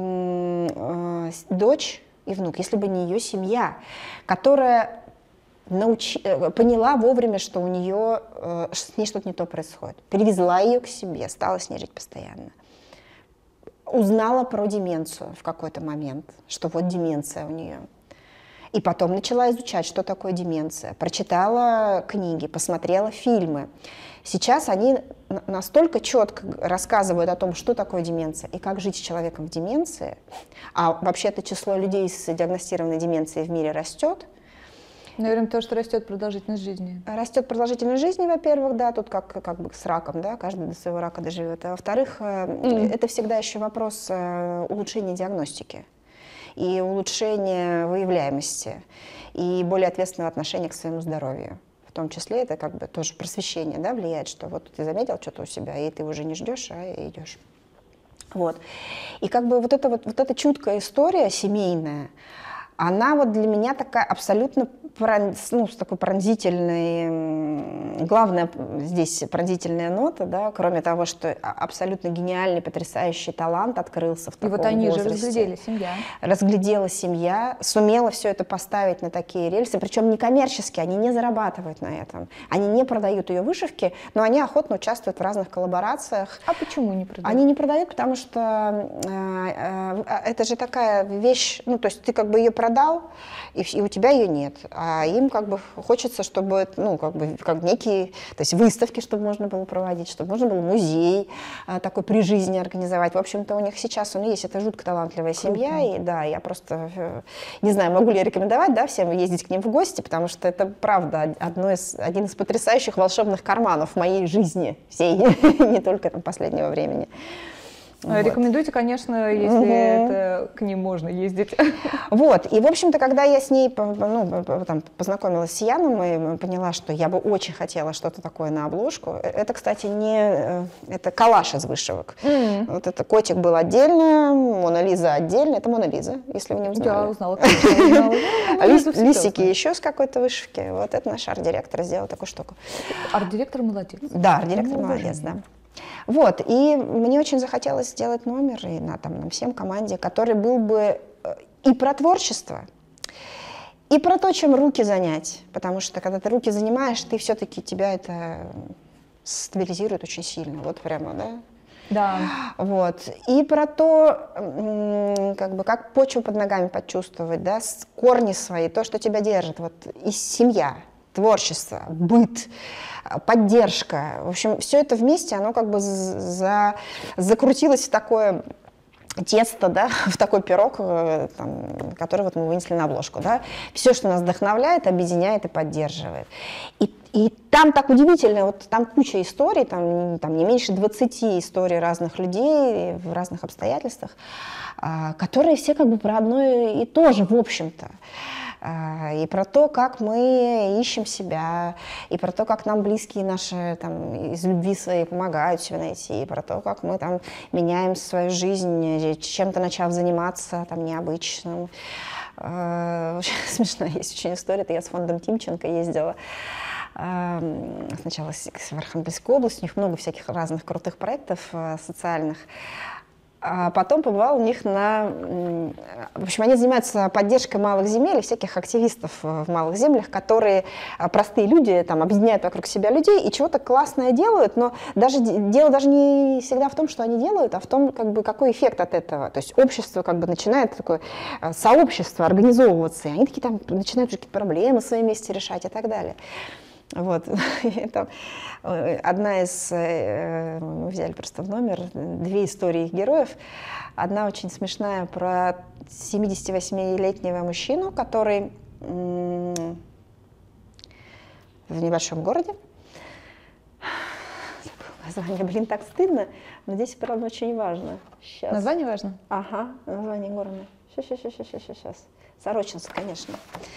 дочь и внук, если бы не ее семья, которая поняла вовремя, что у нее с ней что-то не то происходит. Перевезла ее к себе, стала с ней жить постоянно. Узнала про деменцию в какой-то момент, что вот деменция у нее. И потом начала изучать, что такое деменция. Прочитала книги, посмотрела фильмы. Сейчас они настолько четко рассказывают о том, что такое деменция и как жить с человеком в деменции. А вообще-то число людей с диагностированной деменцией в мире растет. Наверное, то, что растет продолжительность жизни. Растет продолжительность жизни, во-первых, да, тут как бы с раком, да, каждый до своего рака доживет. А во-вторых, это всегда еще вопрос улучшения диагностики и улучшения выявляемости и более ответственного отношения к своему здоровью. В том числе это как бы тоже просвещение, да, влияет, что вот ты заметил что-то у себя, и ты уже не ждешь, а идешь. Вот. И как бы вот эта чуткая история семейная, она вот для меня такая абсолютно, ну, с такой пронзительной, главная здесь пронзительная нота, да, кроме того, что абсолютно гениальный, потрясающий талант открылся в таком возрасте. И вот они же разглядели, семья. Разглядела семья, сумела все это поставить на такие рельсы, причем некоммерчески, они не зарабатывают на этом. Они не продают ее вышивки, но они охотно участвуют в разных коллаборациях. А почему не продают? Они не продают, потому что это же такая вещь, ну, то есть ты как бы ее продал, и у тебя ее нет. А им как бы хочется, чтобы, ну, как бы, как некий яркие, то есть выставки, чтобы можно было проводить, чтобы можно было музей такой при жизни организовать. В общем-то, у них сейчас есть эта жутко талантливая семья, и да, я просто не знаю, могу ли я рекомендовать, да, всем ездить к ним в гости, потому что это, правда, один из потрясающих волшебных карманов в моей жизни всей, не только там последнего времени. Рекомендуйте, конечно, если это к ним можно ездить. Вот, и, в общем-то, когда я с ней познакомилась с Яном и поняла, что я бы очень хотела что-то такое на обложку, это, кстати, это коллаж из вышивок. Вот это котик был отдельно, Мона Лиза отдельно, это Мона Лиза, если вы не узнали. Я узнала, конечно. Листики еще с какой-то вышивки, вот это наш арт-директор сделал такую штуку. Арт-директор молодец. Да, арт-директор молодец, да. Вот, и мне очень захотелось сделать номер и нам всем команде, который был бы и про творчество, и про то, чем руки занять, потому что когда ты руки занимаешь, ты все-таки, тебя это стабилизирует очень сильно, вот прямо, да? Да. Вот, и про то, как почву под ногами почувствовать, да, корни свои, то, что тебя держит, вот, и семья, творчество, быт, поддержка. В общем, все это вместе, оно как бы закрутилось в такое тесто, да, в такой пирог, который вот мы вынесли на обложку. Да. Все, что нас вдохновляет, объединяет и поддерживает. И там так удивительно, вот там куча историй, там не меньше 20 историй разных людей в разных обстоятельствах, которые все как бы про одно и то же, в общем-то. И про то, как мы ищем себя, и про то, как нам близкие наши из любви своей помогают себе найти, и про то, как мы меняем свою жизнь, чем-то начав заниматься необычным. Очень смешно, есть очень история, это я с фондом Тимченко ездила. Сначала в Архангельскую область, у них много всяких разных крутых проектов социальных. А потом побывала у них в общем, они занимаются поддержкой малых земель и всяких активистов в малых землях, которые, простые люди, объединяют вокруг себя людей и чего-то классное делают, но дело даже не всегда в том, что они делают, а в том, какой эффект от этого. То есть общество начинает такое сообщество организовываться, и они такие начинают какие-то проблемы свои вместе решать и так далее. Вот. Одна из, мы взяли просто в номер, 2 истории их героев. Одна очень смешная про 78-летнего мужчину, который в небольшом городе. Название, так стыдно, но здесь, правда, очень важно. Сейчас. Название важно? Ага, название города. Сейчас. Сорочинск, конечно.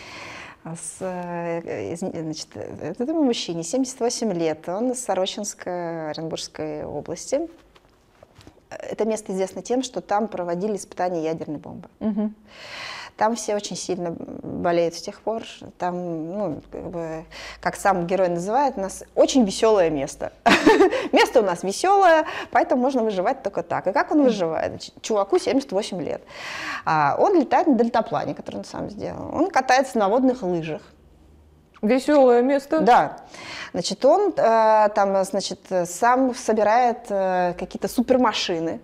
Этому мужчине 78 лет, он из Сорочинской Оренбургской области. Это место известно тем, что там проводили испытания ядерной бомбы. Угу. Там все очень сильно болеют с тех пор. Там, как сам герой называет, у нас очень веселое место. Место у нас веселое, поэтому можно выживать только так. И как он выживает? Чуваку 78 лет. Он летает на дельтаплане, который он сам сделал. Он катается на водных лыжах. Веселое место. Да. Значит, он сам собирает какие-то супермашины.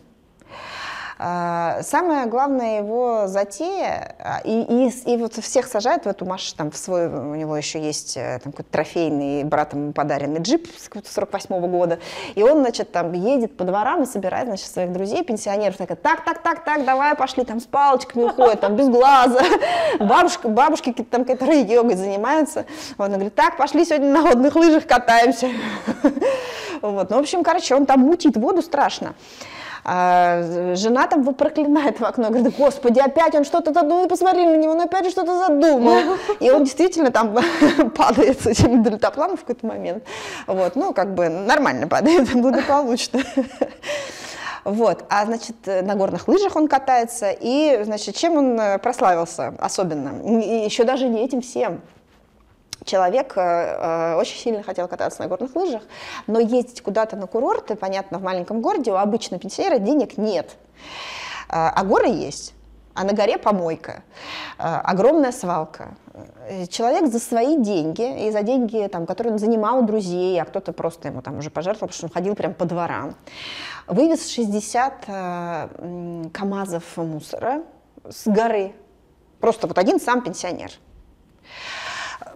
Самая главная его затея, и вот всех сажает в эту машину, у него еще есть какой-то трофейный, братом подаренный джип с 48-го года, и он, едет по дворам и собирает, своих друзей, пенсионеров, так, давай, пошли, с палочками уходят, без глаза, бабушки, которые йогой занимаются, он говорит, так, пошли сегодня на водных лыжах катаемся. Вот. Ну, в общем, он там мутит воду страшно. Жена его проклинает в окно, говорит, господи, опять он что-то задумал, посмотри на него, он опять что-то задумал. И он действительно падает с этим дельтапланом в какой-то момент. Вот, нормально падает, благополучно. Вот, на горных лыжах он катается, и, чем он прославился особенно? И еще даже не этим всем. Человек очень сильно хотел кататься на горных лыжах, но ездить куда-то на курорты, понятно, в маленьком городе у обычного пенсионера денег нет. А горы есть, а на горе помойка, огромная свалка. Человек за свои деньги, и за деньги, которые он занимал у друзей, а кто-то просто ему уже пожертвовал, потому что он ходил прям по дворам, вывез 60 КАМАЗов мусора с горы. Просто один сам пенсионер.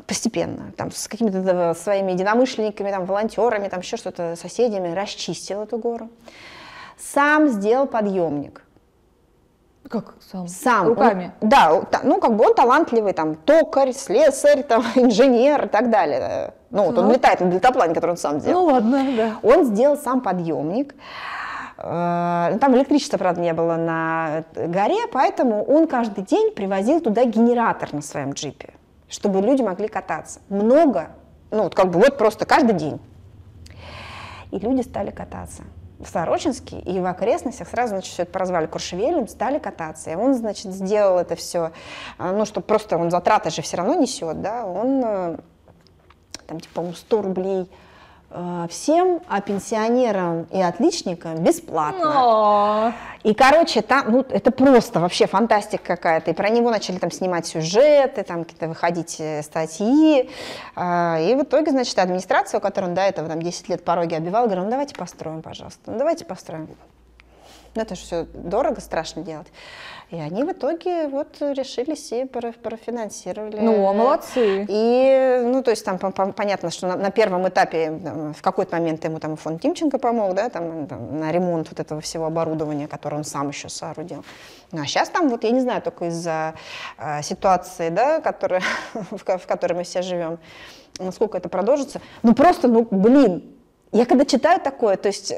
постепенно, там, с какими-то своими единомышленниками, там, волонтерами, там, еще что-то, соседями, расчистил эту гору. Сам сделал подъемник. Как сам? Сам. Руками? Да, ну, как бы он талантливый, там, токарь, слесарь, там, инженер и так далее. Ну, вот он летает на дельтаплане, который он сам сделал. Ну, ладно, да. Он сделал сам подъемник. Там электричества, правда, не было на горе, поэтому он каждый день привозил туда генератор на своем джипе, чтобы люди могли кататься. Много, ну, вот как бы вот просто каждый день. И люди стали кататься. В Сорочинске и в окрестностях сразу, значит, все это прозвали Куршевелем, стали кататься. И он, значит, сделал это все, ну, что просто он затраты же все равно несет, да, он, там, типа, 100 рублей всем, а пенсионерам и отличникам бесплатно. И, короче, там, ну, это просто вообще фантастика какая-то. И про него начали там снимать сюжеты, там какие-то выходить статьи. И в итоге, значит, администрация, у которой он до этого там 10 лет пороги обивала, говорила, ну, давайте построим, пожалуйста, ну, давайте построим. Ну, это же все дорого, страшно делать. И они в итоге вот решились и профинансировали. Ну, молодцы. И, ну, то есть там понятно, что на первом этапе в какой-то момент ему там фонд Тимченко помог, да, там на ремонт вот этого всего оборудования, которое он сам еще соорудил. Ну, а сейчас там, вот я не знаю, только из-за ситуации, да, в которой мы все живем, насколько это продолжится. Ну, просто, ну, блин, я когда читаю такое, то есть...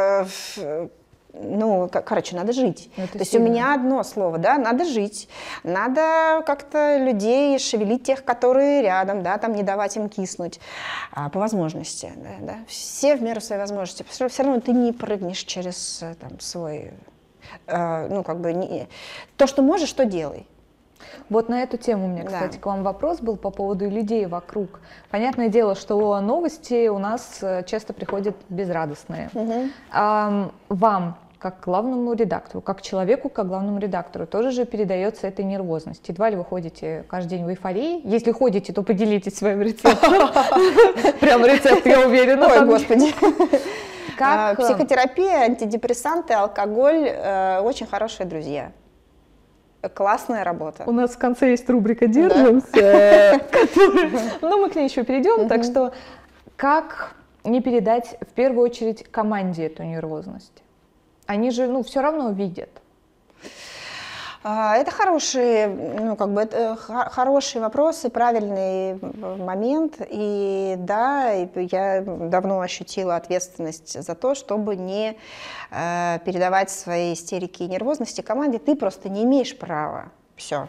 ну, короче, надо жить. Это то есть сильно. у меня одно слово, да, надо жить. Надо как-то людей шевелить, тех, которые рядом, да, там не давать им киснуть по возможности. Да. Все в меру своей возможности. Все равно ты не прыгнешь через там, свой... ну, как бы... То, что можешь, то делай. Вот на эту тему у меня, кстати, к вам вопрос был по поводу людей вокруг. Понятное дело, что новости у нас часто приходят безрадостные. Вам, как главному редактору, как человеку, как главному редактору, тоже же передается эта нервозность. Едва ли вы ходите каждый день в эйфории. Если ходите, то поделитесь своим рецептом. Прям рецепт, я уверена. Ой, господи. Как... Психотерапия, антидепрессанты, алкоголь очень хорошие друзья. Классная работа. У нас в конце есть рубрика «Держимся», но мы к ней еще перейдем. Так что как не передать в первую очередь команде эту нервозность? Они же, ну, все равно видят. Это хорошие, ну, как бы, это хорошие вопросы, правильный момент. И да, я давно ощутила ответственность за то, чтобы не передавать свои истерики и нервозности команде. Ты просто не имеешь права. Все.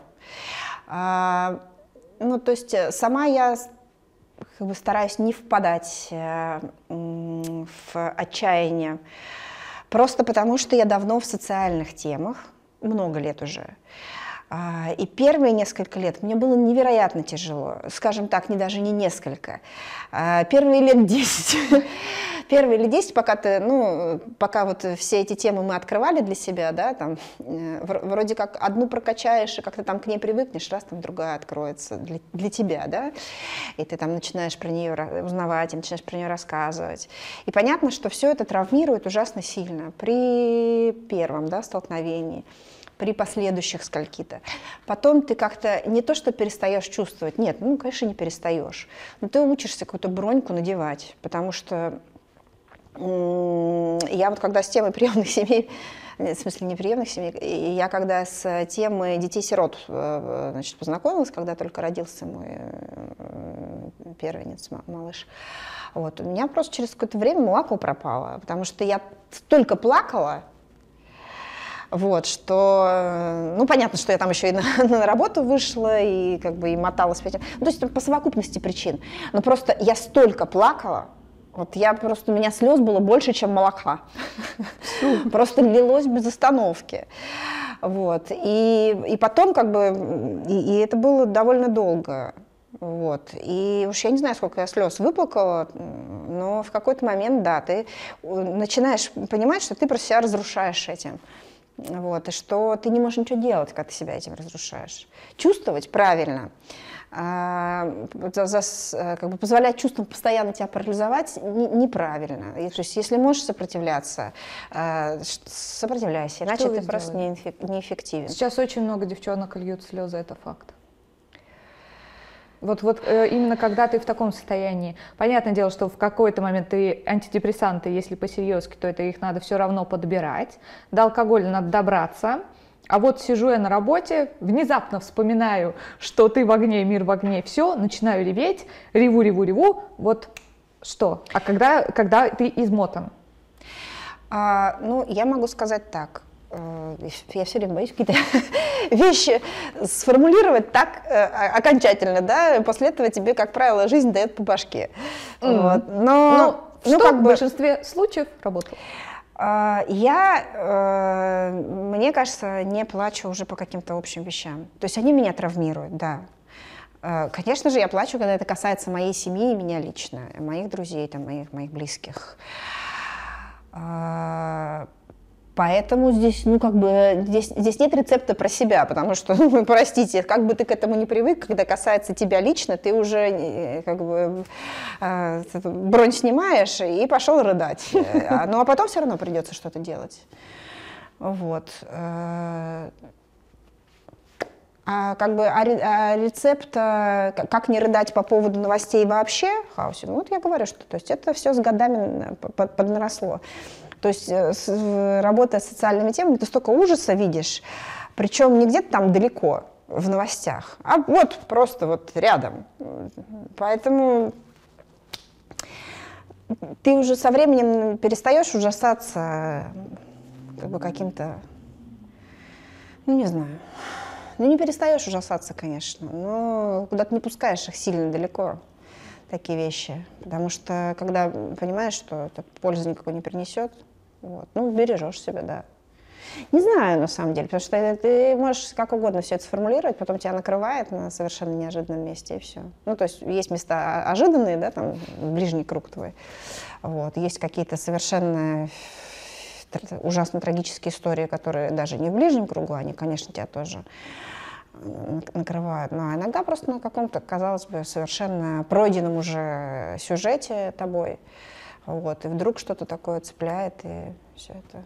Ну, то есть сама я как бы стараюсь не впадать в отчаяние. Просто потому, что я давно в социальных темах. Много лет уже. И первые несколько лет мне было невероятно тяжело. Скажем так, даже не несколько. Первые лет 10. Первые лет 10, пока вот все эти темы мы открывали для себя, да, там, вроде как одну прокачаешь, и как-то там к ней привыкнешь, раз там другая откроется для тебя, да, и ты там начинаешь про нее узнавать, и начинаешь про нее рассказывать. И понятно, что все это травмирует ужасно сильно при первом, да, столкновении, при последующих скольки-то. Потом ты как-то не то, что перестаешь чувствовать, нет, ну, конечно, не перестаешь, но ты учишься какую-то броньку надевать, потому что я вот когда с темой приемных семей, в смысле не приемных семей, я когда с темой детей-сирот, значит, познакомилась, когда только родился мой первенец, малыш, вот, у меня просто через какое-то время молоко пропало, потому что я столько плакала, вот, что, ну, понятно, что я там еще и на работу вышла, и как бы и моталась. Ну, то есть по совокупности причин. Но просто я столько плакала, вот у меня слез было больше, чем молока. Просто лилось без остановки. Вот, и потом как бы, и это было довольно долго. Вот. И уж я не знаю, сколько я слез выплакала, но в какой-то момент, да, ты начинаешь понимать, что ты просто себя разрушаешь этим. Вот, и что ты не можешь ничего делать, когда ты себя этим разрушаешь. Чувствовать правильно, как бы позволять чувствам постоянно тебя парализовать неправильно. То есть если можешь сопротивляться, сопротивляйся, иначе ты просто неэффективен. Сейчас очень много девчонок льют слезы, это факт. Вот именно когда ты в таком состоянии. Понятное дело, что в какой-то момент ты антидепрессанты, если по-серьезки, то это их надо все равно подбирать. До алкоголя надо добраться. А вот сижу я на работе, внезапно вспоминаю, что ты в огне, мир в огне, все, начинаю реветь, реву, вот что? А когда ты измотан? Ну, я могу сказать так. Я все время боюсь какие-то вещи сформулировать так окончательно, да, после этого тебе, как правило, жизнь дает по башке. Вот. Но что как в большинстве случаев работало? Мне кажется, не плачу уже по каким-то общим вещам. То есть они меня травмируют, да. Конечно же, я плачу, когда это касается моей семьи и меня лично, моих друзей, там, моих близких. Поэтому здесь, здесь нет рецепта про себя, потому что, простите, как бы ты к этому не привык, когда касается тебя лично, ты уже бронь снимаешь и пошел рыдать. Ну, а потом все равно придется что-то делать. Вот. Рецепта, как не рыдать по поводу новостей вообще в хаосе, вот я говорю, что то есть это все с годами поднаросло. То есть, работая с социальными темами, ты столько ужаса видишь, причем не где-то там далеко в новостях, а вот просто вот рядом. Поэтому ты уже со временем перестаешь ужасаться каким-то, не знаю. Не перестаешь ужасаться, конечно, но куда-то не пускаешь их сильно далеко, такие вещи. Потому что, когда понимаешь, что это пользы никакой не принесет, бережешь себя, да. Не знаю, на самом деле, потому что ты можешь как угодно все это сформулировать, потом тебя накрывает на совершенно неожиданном месте, и все. То есть есть места ожиданные, да, там, ближний круг твой, есть какие-то совершенно ужасно трагические истории, которые даже не в ближнем кругу, они, конечно, тебя тоже накрывают. Но иногда просто на каком-то, казалось бы, совершенно пройденном уже сюжете тобой. И вдруг что-то такое цепляет, и все это.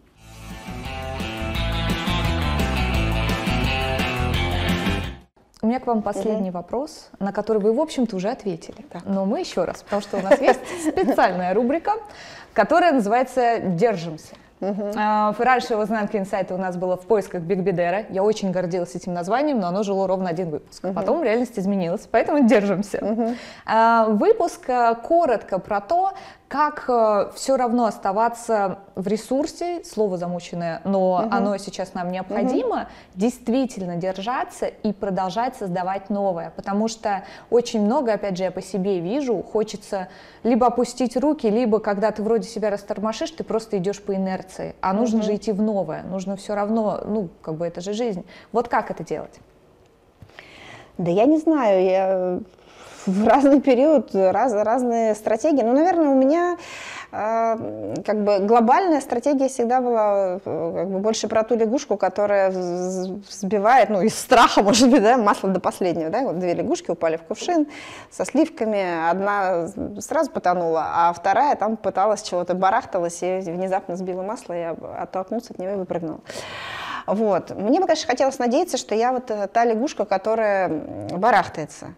У меня к вам последний вопрос, на который вы, в общем-то, уже ответили. Так. Но мы еще раз, потому что у нас есть специальная рубрика, которая называется «Держимся». Раньше в «Изнанке инсайта» у нас было «В поисках Биг Бедера». Я очень гордилась этим названием, но оно жило ровно один выпуск. Потом реальность изменилась, поэтому держимся. Выпуск коротко про то, как все равно оставаться в ресурсе, слово замученное, но оно сейчас нам необходимо, действительно держаться и продолжать создавать новое. Потому что очень много, опять же, я по себе вижу, хочется либо опустить руки, либо когда ты вроде себя растормошишь, ты просто идешь по инерции. А нужно же идти в новое, нужно все равно, это же жизнь. Вот как это делать? Да я не знаю, я в разный период, разные стратегии. Наверное, у меня глобальная стратегия всегда была больше про ту лягушку, которая взбивает, из страха, может быть, да, масло до последнего. Да? 2 лягушки упали в кувшин со сливками, одна сразу потонула, а вторая там пыталась чего-то, барахталась и внезапно сбила масло, и оттолкнулся от него и выпрыгнула. Мне бы, конечно, хотелось надеяться, что я та лягушка, которая барахтается.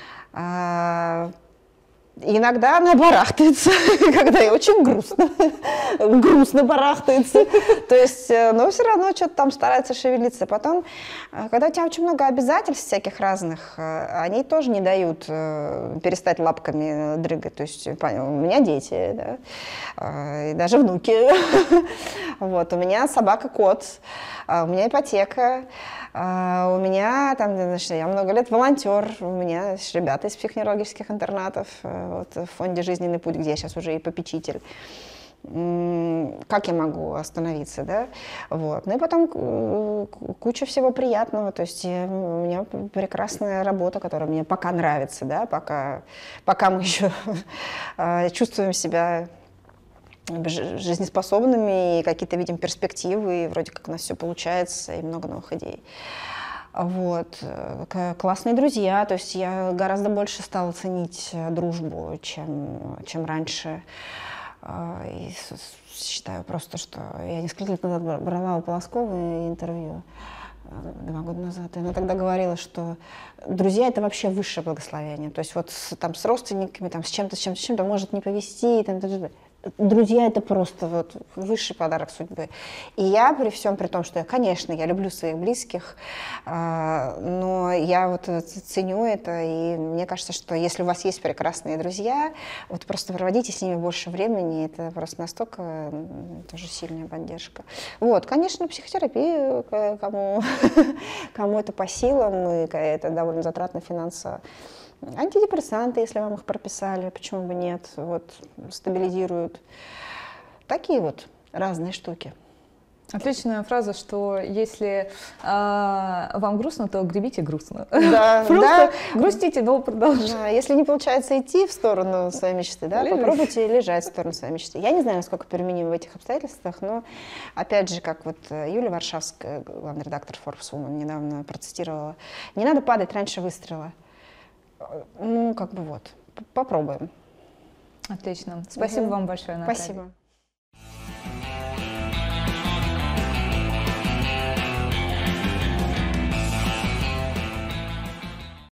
Иногда она барахтается, когда ей очень грустно барахтается, то есть, но все равно что-то там старается шевелиться. Потом, когда у тебя очень много обязательств всяких разных, они тоже не дают перестать лапками дрыгать. То есть у меня дети, да, и даже внуки, у меня собака, кот, у меня ипотека. У меня там, я много лет волонтер, у меня ребята из психоневрологических интернатов, в фонде «Жизненный путь», где я сейчас уже и попечитель. Как я могу остановиться, да? И потом куча всего приятного, то есть у меня прекрасная работа, которая мне пока нравится, да, пока мы еще чувствуем себя жизнеспособными, и какие-то видим перспективы, и вроде как у нас все получается, и много новых идей. Классные друзья, то есть я гораздо больше стала ценить дружбу, чем раньше. И считаю просто, что я несколько лет назад брала у Полосковой интервью, 2 года назад, и она тогда говорила, что друзья — это вообще высшее благословение. То есть вот с родственниками, там, с чем-то может не повезти, там, друзья — это просто вот высший подарок судьбы. И я при том, что конечно, я люблю своих близких, но я вот ценю это, и мне кажется, что если у вас есть прекрасные друзья, вот просто проводите с ними больше времени, это просто настолько тоже сильная поддержка. Вот, конечно, психотерапия, кому это по силам, и это довольно затратно финансово. Антидепрессанты, если вам их прописали, почему бы нет, вот, стабилизируют. Такие вот разные штуки. Отличная фраза, что если вам грустно, то гребите грустно. Да, Просто грустите, но продолжайте. Да, если не получается идти в сторону своей мечты, да, попробуйте лежать в сторону своей мечты. Я не знаю, насколько применимо в этих обстоятельствах, но, опять же, как вот Юлия Варшавская, главный редактор Forbes Woman, недавно процитировала, не надо падать раньше выстрела. Ну, как бы вот, попробуем. Отлично. Спасибо вам большое, Наталья. Спасибо.